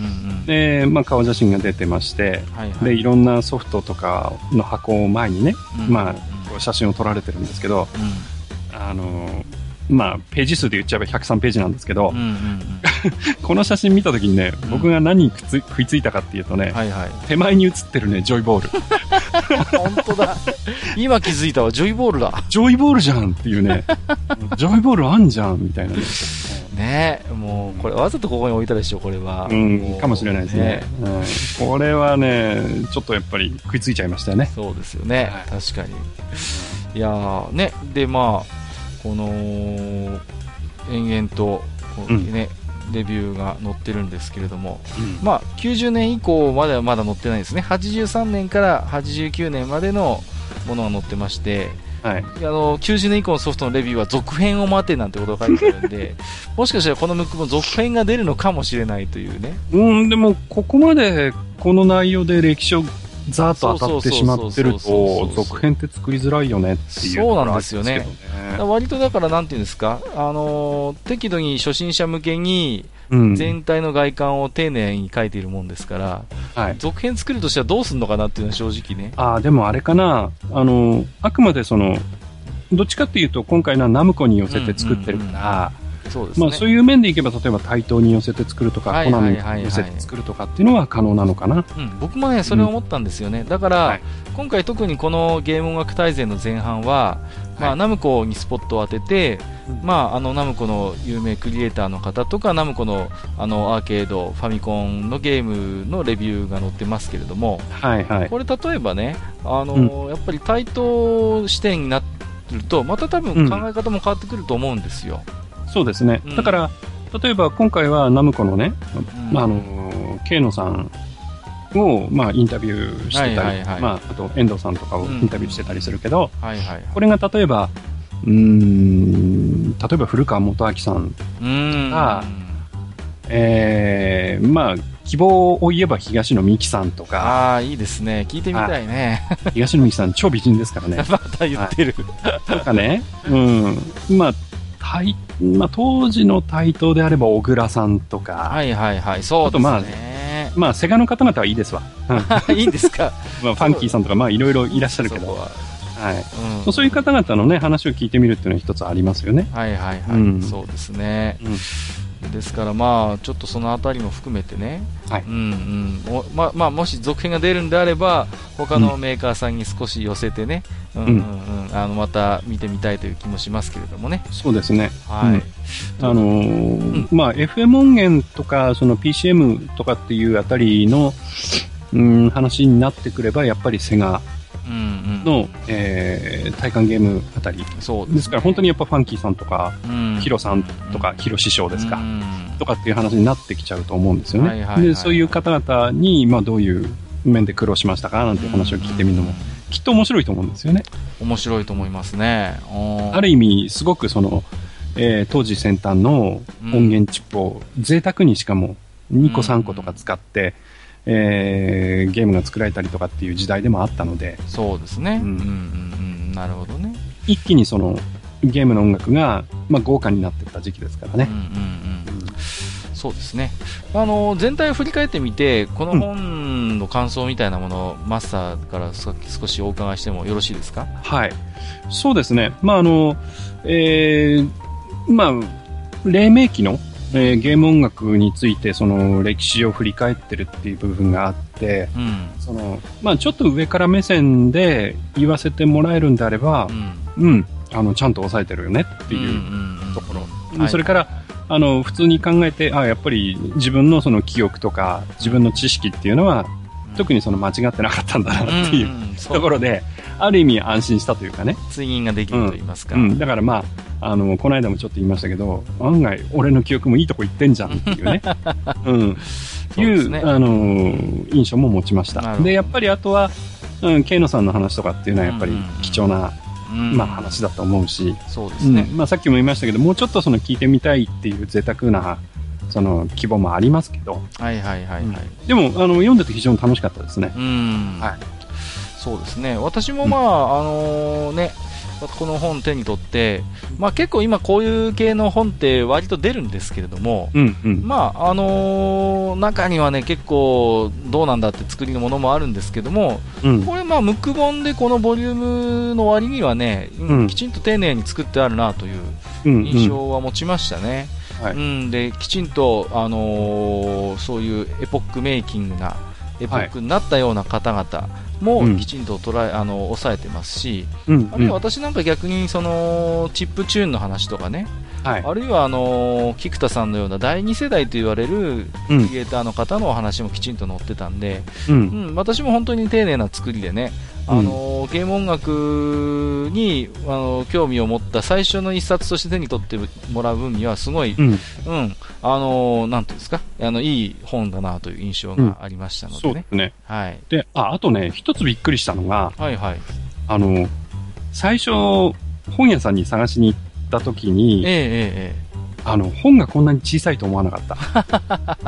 Speaker 2: で、まあ、顔写真が出てまして、はいはい、で、いろんなソフトとかの箱を前にね、うんうんうん、まあ、写真を撮られてるんですけど、うん、あの、まあ、ページ数で言っちゃえばひゃくさんページなんですけど、うんうんうん、この写真見たときにね、うん、僕が何にくつ食いついたかっていうとね、はいはい、手前に写ってるね、ジョイボール。
Speaker 1: 本当だ。今気づいたわ、ジョイボールだ。
Speaker 2: ジョイボールじゃんっていうね、ジョイボールあんじゃんみたいなね。
Speaker 1: ねえ、もう、これわざとここに置いたでしょ、これは。
Speaker 2: うん、かもしれないですね、うん。これはね、ちょっとやっぱり食いついちゃいましたよね。
Speaker 1: そうですよね、はい、確かに。いやー、ね、で、まあ、この延々とこう、ね、うん、レビューが載ってるんですけれども、うん、まあ、きゅうじゅうねん以降まではまだ載ってないですね。はちじゅうさんねんからはちじゅうきゅうねんまでのものが載ってまして、はい、あのきゅうじゅうねん以降のソフトのレビューは続編を待てなんてことが書いてあるんでもしかしたらこのムックも続編が出るのかもしれないというね。
Speaker 2: うん、でもここまでこの内容で歴史をざーっと当たってしまってると続編って作りづらいよねっていう、
Speaker 1: そうなんですよね。割とだからなんていうんですか、あのー、適度に初心者向けに全体の外観を丁寧に描いているもんですから、うん、はい、続編作るとしてはどうするのかなっていうのは正直ね。
Speaker 2: ああ、でもあれかな、あのー、あくまでそのどっちかっていうと今回のはナムコに寄せて作ってるから、うんうんうん、そうですね、まあ、そういう面でいけば例えば対等に寄せて作るとか、はいはいはいはい、コナミに寄せて作るとかっていうのは可能なのかな、
Speaker 1: うん、僕もねそれを思ったんですよね、うん、だから、はい、今回特にこのゲーム音楽大全の前半は、まあ、はい、ナムコにスポットを当てて、うん、まあ、あのナムコの有名クリエイターの方とかナムコの、あのアーケードファミコンのゲームのレビューが載ってますけれども、はいはい、これ例えばね、あの、うん、やっぱり対等視点になってるとまた多分考え方も変わってくると思うんですよ、
Speaker 2: うん、そうですね、うん、だから例えば今回はナムコのね、うん、まあ、あのケイノさんを、まあ、インタビューしてたり、はいはいはい、まあ、あと遠藤さんとかをインタビューしてたりするけど、うん、はいはいはい、これが例えばうーん例えば古川元明さんが、えー、まあ希望を言えば東野美紀さんとか、
Speaker 1: ああいいですね、聞いてみたいね。
Speaker 2: 東野美紀さん超美人ですからね。
Speaker 1: また言ってる、
Speaker 2: はい、とかね、うん、まあ対まあ、当時の台頭であれば小倉さんとか、
Speaker 1: はいはいはい、そうですね。あとま
Speaker 2: あ、まあ、セガの方々はいいですわ。
Speaker 1: いいんですか。
Speaker 2: まあ、ファンキーさんとか、まあ、いろいろいらっしゃるけど、はい、うん、そういう方々のね、話を聞いてみるっていうのは一つありますよね。
Speaker 1: はいはいはい、うん、そうですね。うんですからまあちょっとそのあたりも含めてね、はい、うんうんもままあ、もし続編が出るんであれば他のメーカーさんに少し寄せてね、うんうんうん、あのまた見てみたいという気もしますけれどもね。
Speaker 2: そうですね、はい、うん、あのーうん、まあ、エフエム 音源とかその ピーシーエム とかっていうあたりの、うん、話になってくればやっぱりセガの、うんうんえー、体感ゲームあたり そうです、ね、ですから本当にやっぱファンキーさんとか、うん、ヒロさんとか、うん、ヒロ師匠ですか、うん、とかっていう話になってきちゃうと思うんですよね、はいはいはい、でそういう方々に、まあ、どういう面で苦労しましたかなんていう話を聞いてみるのも、うん、きっと面白いと思うんですよね。
Speaker 1: 面白いと思いますね。
Speaker 2: ある意味すごくその、えー、当時先端の音源チップを贅沢にしかもにこさんことか使って、うんえー、ゲームが作られたりとかっていう時代でもあったので、
Speaker 1: そうですね、うんうんうん、なるほどね。
Speaker 2: 一気にそのゲームの音楽が、まあ、豪華になっていった時期ですからね、うんうんうん、
Speaker 1: そうですね。あの全体を振り返ってみてこの本の感想みたいなものを、うん、マスターから少しお伺いしてもよろしいですか。
Speaker 2: はい、そうですね、まああのえーまあ、黎明期のえー、ゲーム音楽についてその歴史を振り返ってるっていう部分があって、うん、そのまあ、ちょっと上から目線で言わせてもらえるんであれば、うん、うん、あのちゃんと抑えてるよねっていうところ、うんうん、それから、はい、あの普通に考えてあやっぱり自分のその記憶とか自分の知識っていうのは、うん、特にその間違ってなかったんだなっていう、うんうん、ところである意味安心したというかね、
Speaker 1: 追認ができると言いますか、
Speaker 2: うんうん、だからまああのこの間もちょっと言いましたけど案外俺の記憶もいいとこ行ってんじゃんっていうね、うん、いう、ね、あの印象も持ちました。でやっぱりあとはうん、ケイノさんの話とかっていうのはやっぱり貴重な、うんうん、まあ話だと思うし、
Speaker 1: そうですね。
Speaker 2: うん、まあさっきも言いましたけど、もうちょっとその聞いてみたいっていう贅沢な、その規模もありますけど。
Speaker 1: はいはいはいはい。うん、
Speaker 2: でも、あの、読んでて非常に楽しかったですね。
Speaker 1: うん。はい。そうですね。私もまあ、うん、あのー、ね、この本手に取って、まあ結構今こういう系の本って割と出るんですけれども、うんうん、まああのー、中にはね結構どうなんだって作りのものもあるんですけども、うん、これまあムック本でこのボリュームの割にはね、うん、きちんと丁寧に作ってあるなという印象は持ちましたね。うん、うんはいうん、できちんと、あのー、そういうエポックメイキングなエポックになったような方々もきちんと捉え、うん、あの抑えてますし、うん、あるいは私なんか逆にそのチップチューンの話とかね、はい、あるいはあの菊田さんのようなだいに世代と言われるクリエイターの方のお話もきちんと載ってたんで、うんうん、私も本当に丁寧な作りでね、あのゲーム音楽にあの興味を持った最初の一冊として手に取ってもらう分にはすごい、うんうん、あのなんていうんですか、あのいい本だなという印象がありましたのでね。うん、そうですね。はい。
Speaker 2: で、あ、あとね、一つびっくりしたのが、
Speaker 1: はいはい。
Speaker 2: あの最初本屋さんに探しに行った時に、ええええ。あの本がこんなに小さいと思わなかった。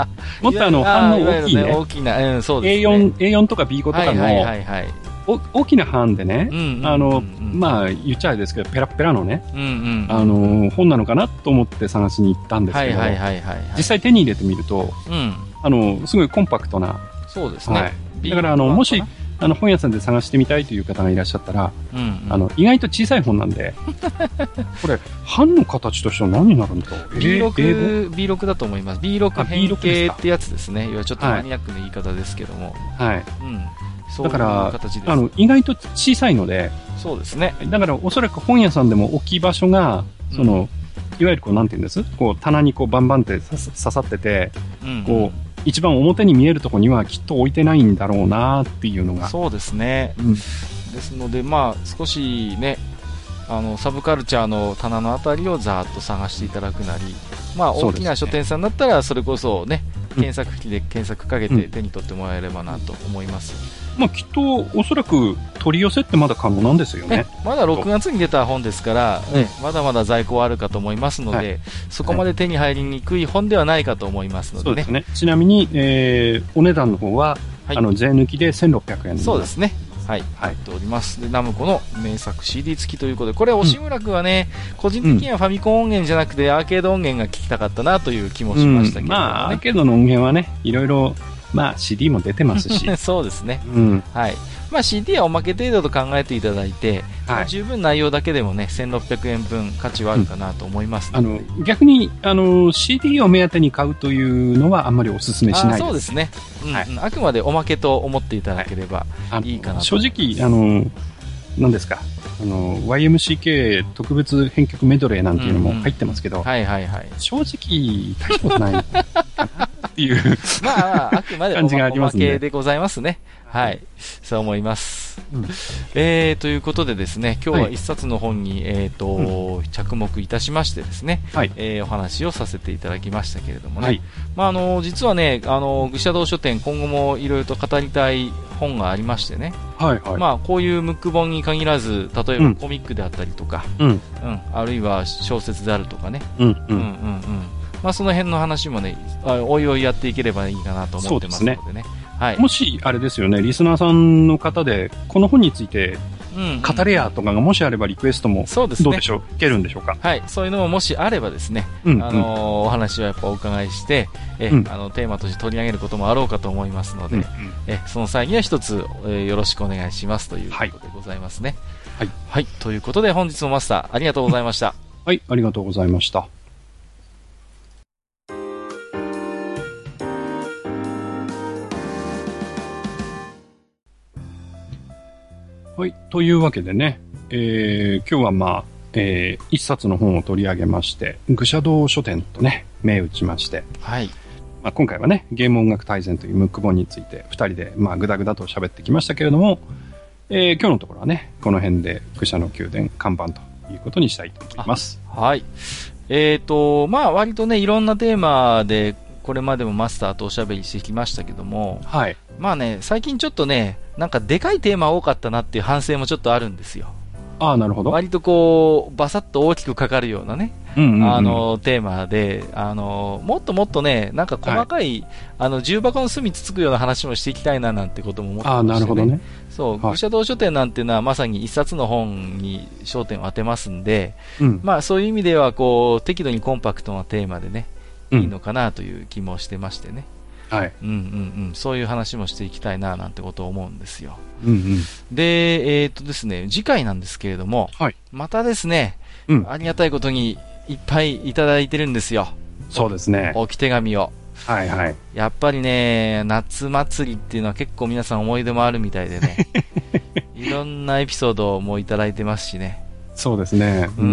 Speaker 2: もっとあの版の大きいね、
Speaker 1: 大きな、うん、そうですね。
Speaker 2: エーよん、エーよん とか ビーご とかの、はいはいはい、大きな版でね、あの、まあ、言っちゃあれですけど、ペラペラのね、うんうん、あの、本なのかなと思って探しに行ったんですけど、実際手に入れてみると、うん、あの、すごいコンパクトな。
Speaker 1: そうですね。はい、
Speaker 2: だから、あの、もし、あの、本屋さんで探してみたいという方がいらっしゃったら、うんうん、あの、意外と小さい本なんで、これ、版の形としては何になるんだろう
Speaker 1: ビーろく、ビーろく だと思います。ビーろく 変形ってやつですね。いや、ちょっとマニアックな言い方ですけども。はい。うん。
Speaker 2: だから、あの、意外と小さいので、
Speaker 1: そうですね。
Speaker 2: だから、おそらく本屋さんでも置き場所が、その、うん、いわゆるこう、なんていうんですこう、棚にこう、バンバンって刺さってて、うん、こう、一番表に見えるところにはきっと置いてないんだろうなっていうのが。
Speaker 1: そうですね。うん、ですので、まあ、少しね、あの、サブカルチャーの棚のあたりをざーっと探していただくなり、まあ、大きな書店さんだったら、それこそね、検索機で検索かけて手に取ってもらえればなと思います。
Speaker 2: うん、まあ、きっと、おそらく取り寄せってまだ可能なんですよね。ね
Speaker 1: まだろくがつに出た本ですから、ね、まだまだ在庫はあるかと思いますので、はい、そこまで手に入りにくい本ではないかと思いますのでね。そうですね。
Speaker 2: ちなみに、えー、お値段の方は、はい、あの、税抜きでせんろっぴゃくえん。
Speaker 1: そうですね。はい、入っております。で、ナムコの名作 シーディー 付きということで、これ、押村君はね、うん、個人的にはファミコン音源じゃなくて、アーケード音源が聞きたかったなという気もしましたけど、ねうん、
Speaker 2: まあ、アーケードの音源はね、いろいろ、まあ、シーディー も出てますし。
Speaker 1: そうですね。うん。はい。まあ、シーディー はおまけ程度と考えていただいて、はい、十分内容だけでもね、せんろっぴゃくえんぶん価値はあるかなと思いますので、うん、
Speaker 2: あの逆にあの シーディー を目当てに買うというのはあんまりお勧めしないです。あ
Speaker 1: そうですね、うんはい、あくまでおまけと思っていただければいいかなと、はい、
Speaker 2: 正直あの何ですかあの ワイエムシーケー 特別編曲メドレーなんていうのも入ってますけど、はいはいはい、正直大したことないかなっていう
Speaker 1: まああくまでお ま, おまけでございますね。はい、そう思います。うん、えー、ということでですね、今日は一冊の本に、はい、えーと、うん、着目いたしましてですね、はい、えー、お話をさせていただきましたけれどもね、はい、まああの実はね、あの愚者道書店今後もいろいろと語りたい本がありましてね、はいはい、まあこういうムック本に限らず、例えばコミックであったりとか、うんうん、あるいは小説であるとかね、うんうんうんうん、まあその辺の話もね、おいおいやっていければいいかなと思ってますのでね。はい、
Speaker 2: もし、あれですよね、リスナーさんの方で、この本について、語れやとかがもしあればリクエストも、どうでしょう、いけるんでしょうか。
Speaker 1: はい、そういうのももしあればですね、うんうん、あのー、お話をやっぱお伺いして、え、うん、あの、テーマとして取り上げることもあろうかと思いますので、うんうん、え、その際には一つ、えー、よろしくお願いしますということでございますね。はい。はい。ということで、本日もマスター、ありがとうございました。
Speaker 2: はい、ありがとうございました。はい。というわけでね、えー、今日はまあ、えー、一冊の本を取り上げまして、愚者道書店とね、銘打ちまして、はい。まあ、今回はね、ゲーム音楽大全というムック本について、二人で、まあ、ぐだぐだと喋ってきましたけれども、えー、今日のところはね、この辺で愚者の宮殿看板ということにしたいと思います。
Speaker 1: はい。えっと、まあ、割とね、いろんなテーマで、これまでもマスターとおしゃべりしてきましたけども、はい。 まあね、最近ちょっとね、なんかでかいテーマ多かったなっていう反省もちょっとあるんですよ。
Speaker 2: ああ、なるほど。
Speaker 1: 割とこう、バサッと大きくかかるようなね、
Speaker 2: うんうんうん、
Speaker 1: あの、テーマで、あの、もっともっとね、なんか細かい、はい、あの、重箱の隅つつくような話もしていきたいななんてことも思ってまして、ね。ああ、なるほどね。そう、愚者道書店なんていうのはまさに一冊の本に焦点を当てますんで、うん、まあそういう意味では、こう、適度にコンパクトなテーマでね、いいのかなという気もしてましてね。はい。うんうんうん。そういう話もしていきたいななんてことを思うんですよ。うんうん。で、えー、っとですね、次回なんですけれども、はい。またですね、うん、ありがたいことにいっぱいいただいてるんですよ。
Speaker 2: そうですね。
Speaker 1: 置き手紙を。はいはい。やっぱりね、夏祭りっていうのは結構皆さん思い出もあるみたいでね、いろんなエピソードもいただいてますしね。
Speaker 2: そうですね。
Speaker 1: うん、うん。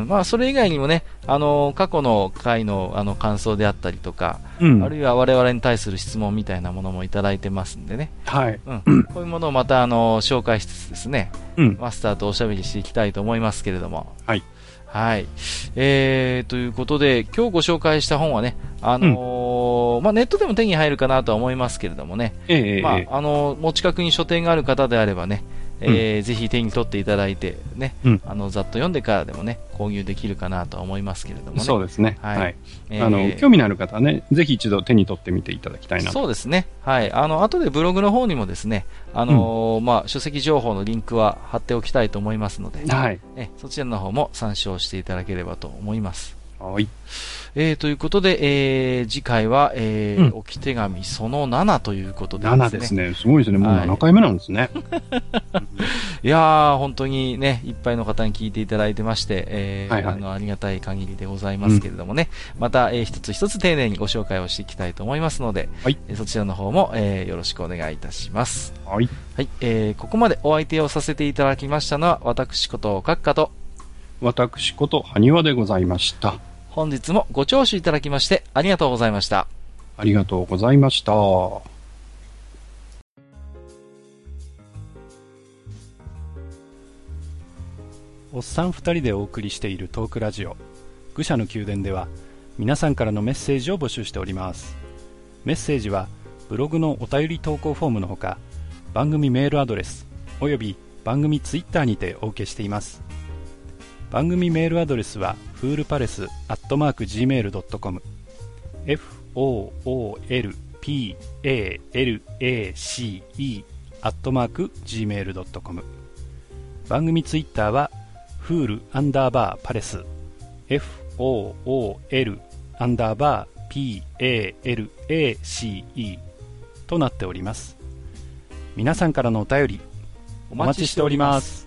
Speaker 1: まあ、それ以外にもね、あの、過去の回の、あの、感想であったりとか、うん、あるいは我々に対する質問みたいなものもいただいてますんでね。はい。うん。こういうものをまた、あの、紹介しつつですね、うん、マスターとおしゃべりしていきたいと思いますけれども。はい。はい。えー、ということで、今日ご紹介した本はね、あのーうん、まあ、ネットでも手に入るかなとは思いますけれどもね。ええまあ、あのー、お近くに書店がある方であればね、えーうん、ぜひ手に取っていただいて、ね、うん、あの、ざっと読んでからでもね、購入できるかなとは思いますけれどもね。
Speaker 2: そうですね。はい。はいえー、あの、興味のある方はね、ぜひ一度手に取ってみていただきたいなと。
Speaker 1: そうですね。はい。あの、後でブログの方にもですね、あのーうん、まあ、書籍情報のリンクは貼っておきたいと思いますので、はい。え、そちらの方も参照していただければと思います。はい。えー、ということで、えー、次回は、えーうん、置き手紙そのななということでですね。
Speaker 2: ななですね。すごいですね。もうななかいめなんですね。
Speaker 1: はい、いやー、本当にね、いっぱいの方に聞いていただいてまして、えーはいはい、あの、ありがたい限りでございますけれどもね、うん、また、えー、一つ一つ丁寧にご紹介をしていきたいと思いますので、はい、えー、そちらの方も、えー、よろしくお願いいたします。はい。はい、えー、ここまでお相手をさせていただきましたのは、私こと閣下と、
Speaker 2: 私こと埴輪でございました。
Speaker 1: 本日もご聴取いただきましてありがとうございました。
Speaker 2: ありがとうございました。お
Speaker 3: っさん二人でお送りしているトークラジオ愚者の宮殿では皆さんからのメッセージを募集しております。メッセージはブログのお便り投稿フォームのほか番組メールアドレスおよび番組ツイッターにてお受けしています。番組メールアドレスはフールパレスアットマーク ジーメールドットコム フ オー オー エル ピー エー エル エー シー イー アットマーク ジーメールドットコム 番組ツイッターはフールアンダーバーパレス フ オー オー エル アンダーバー ピー エー エル エー シー イー となっております。皆さんからのお便りお待ちしております。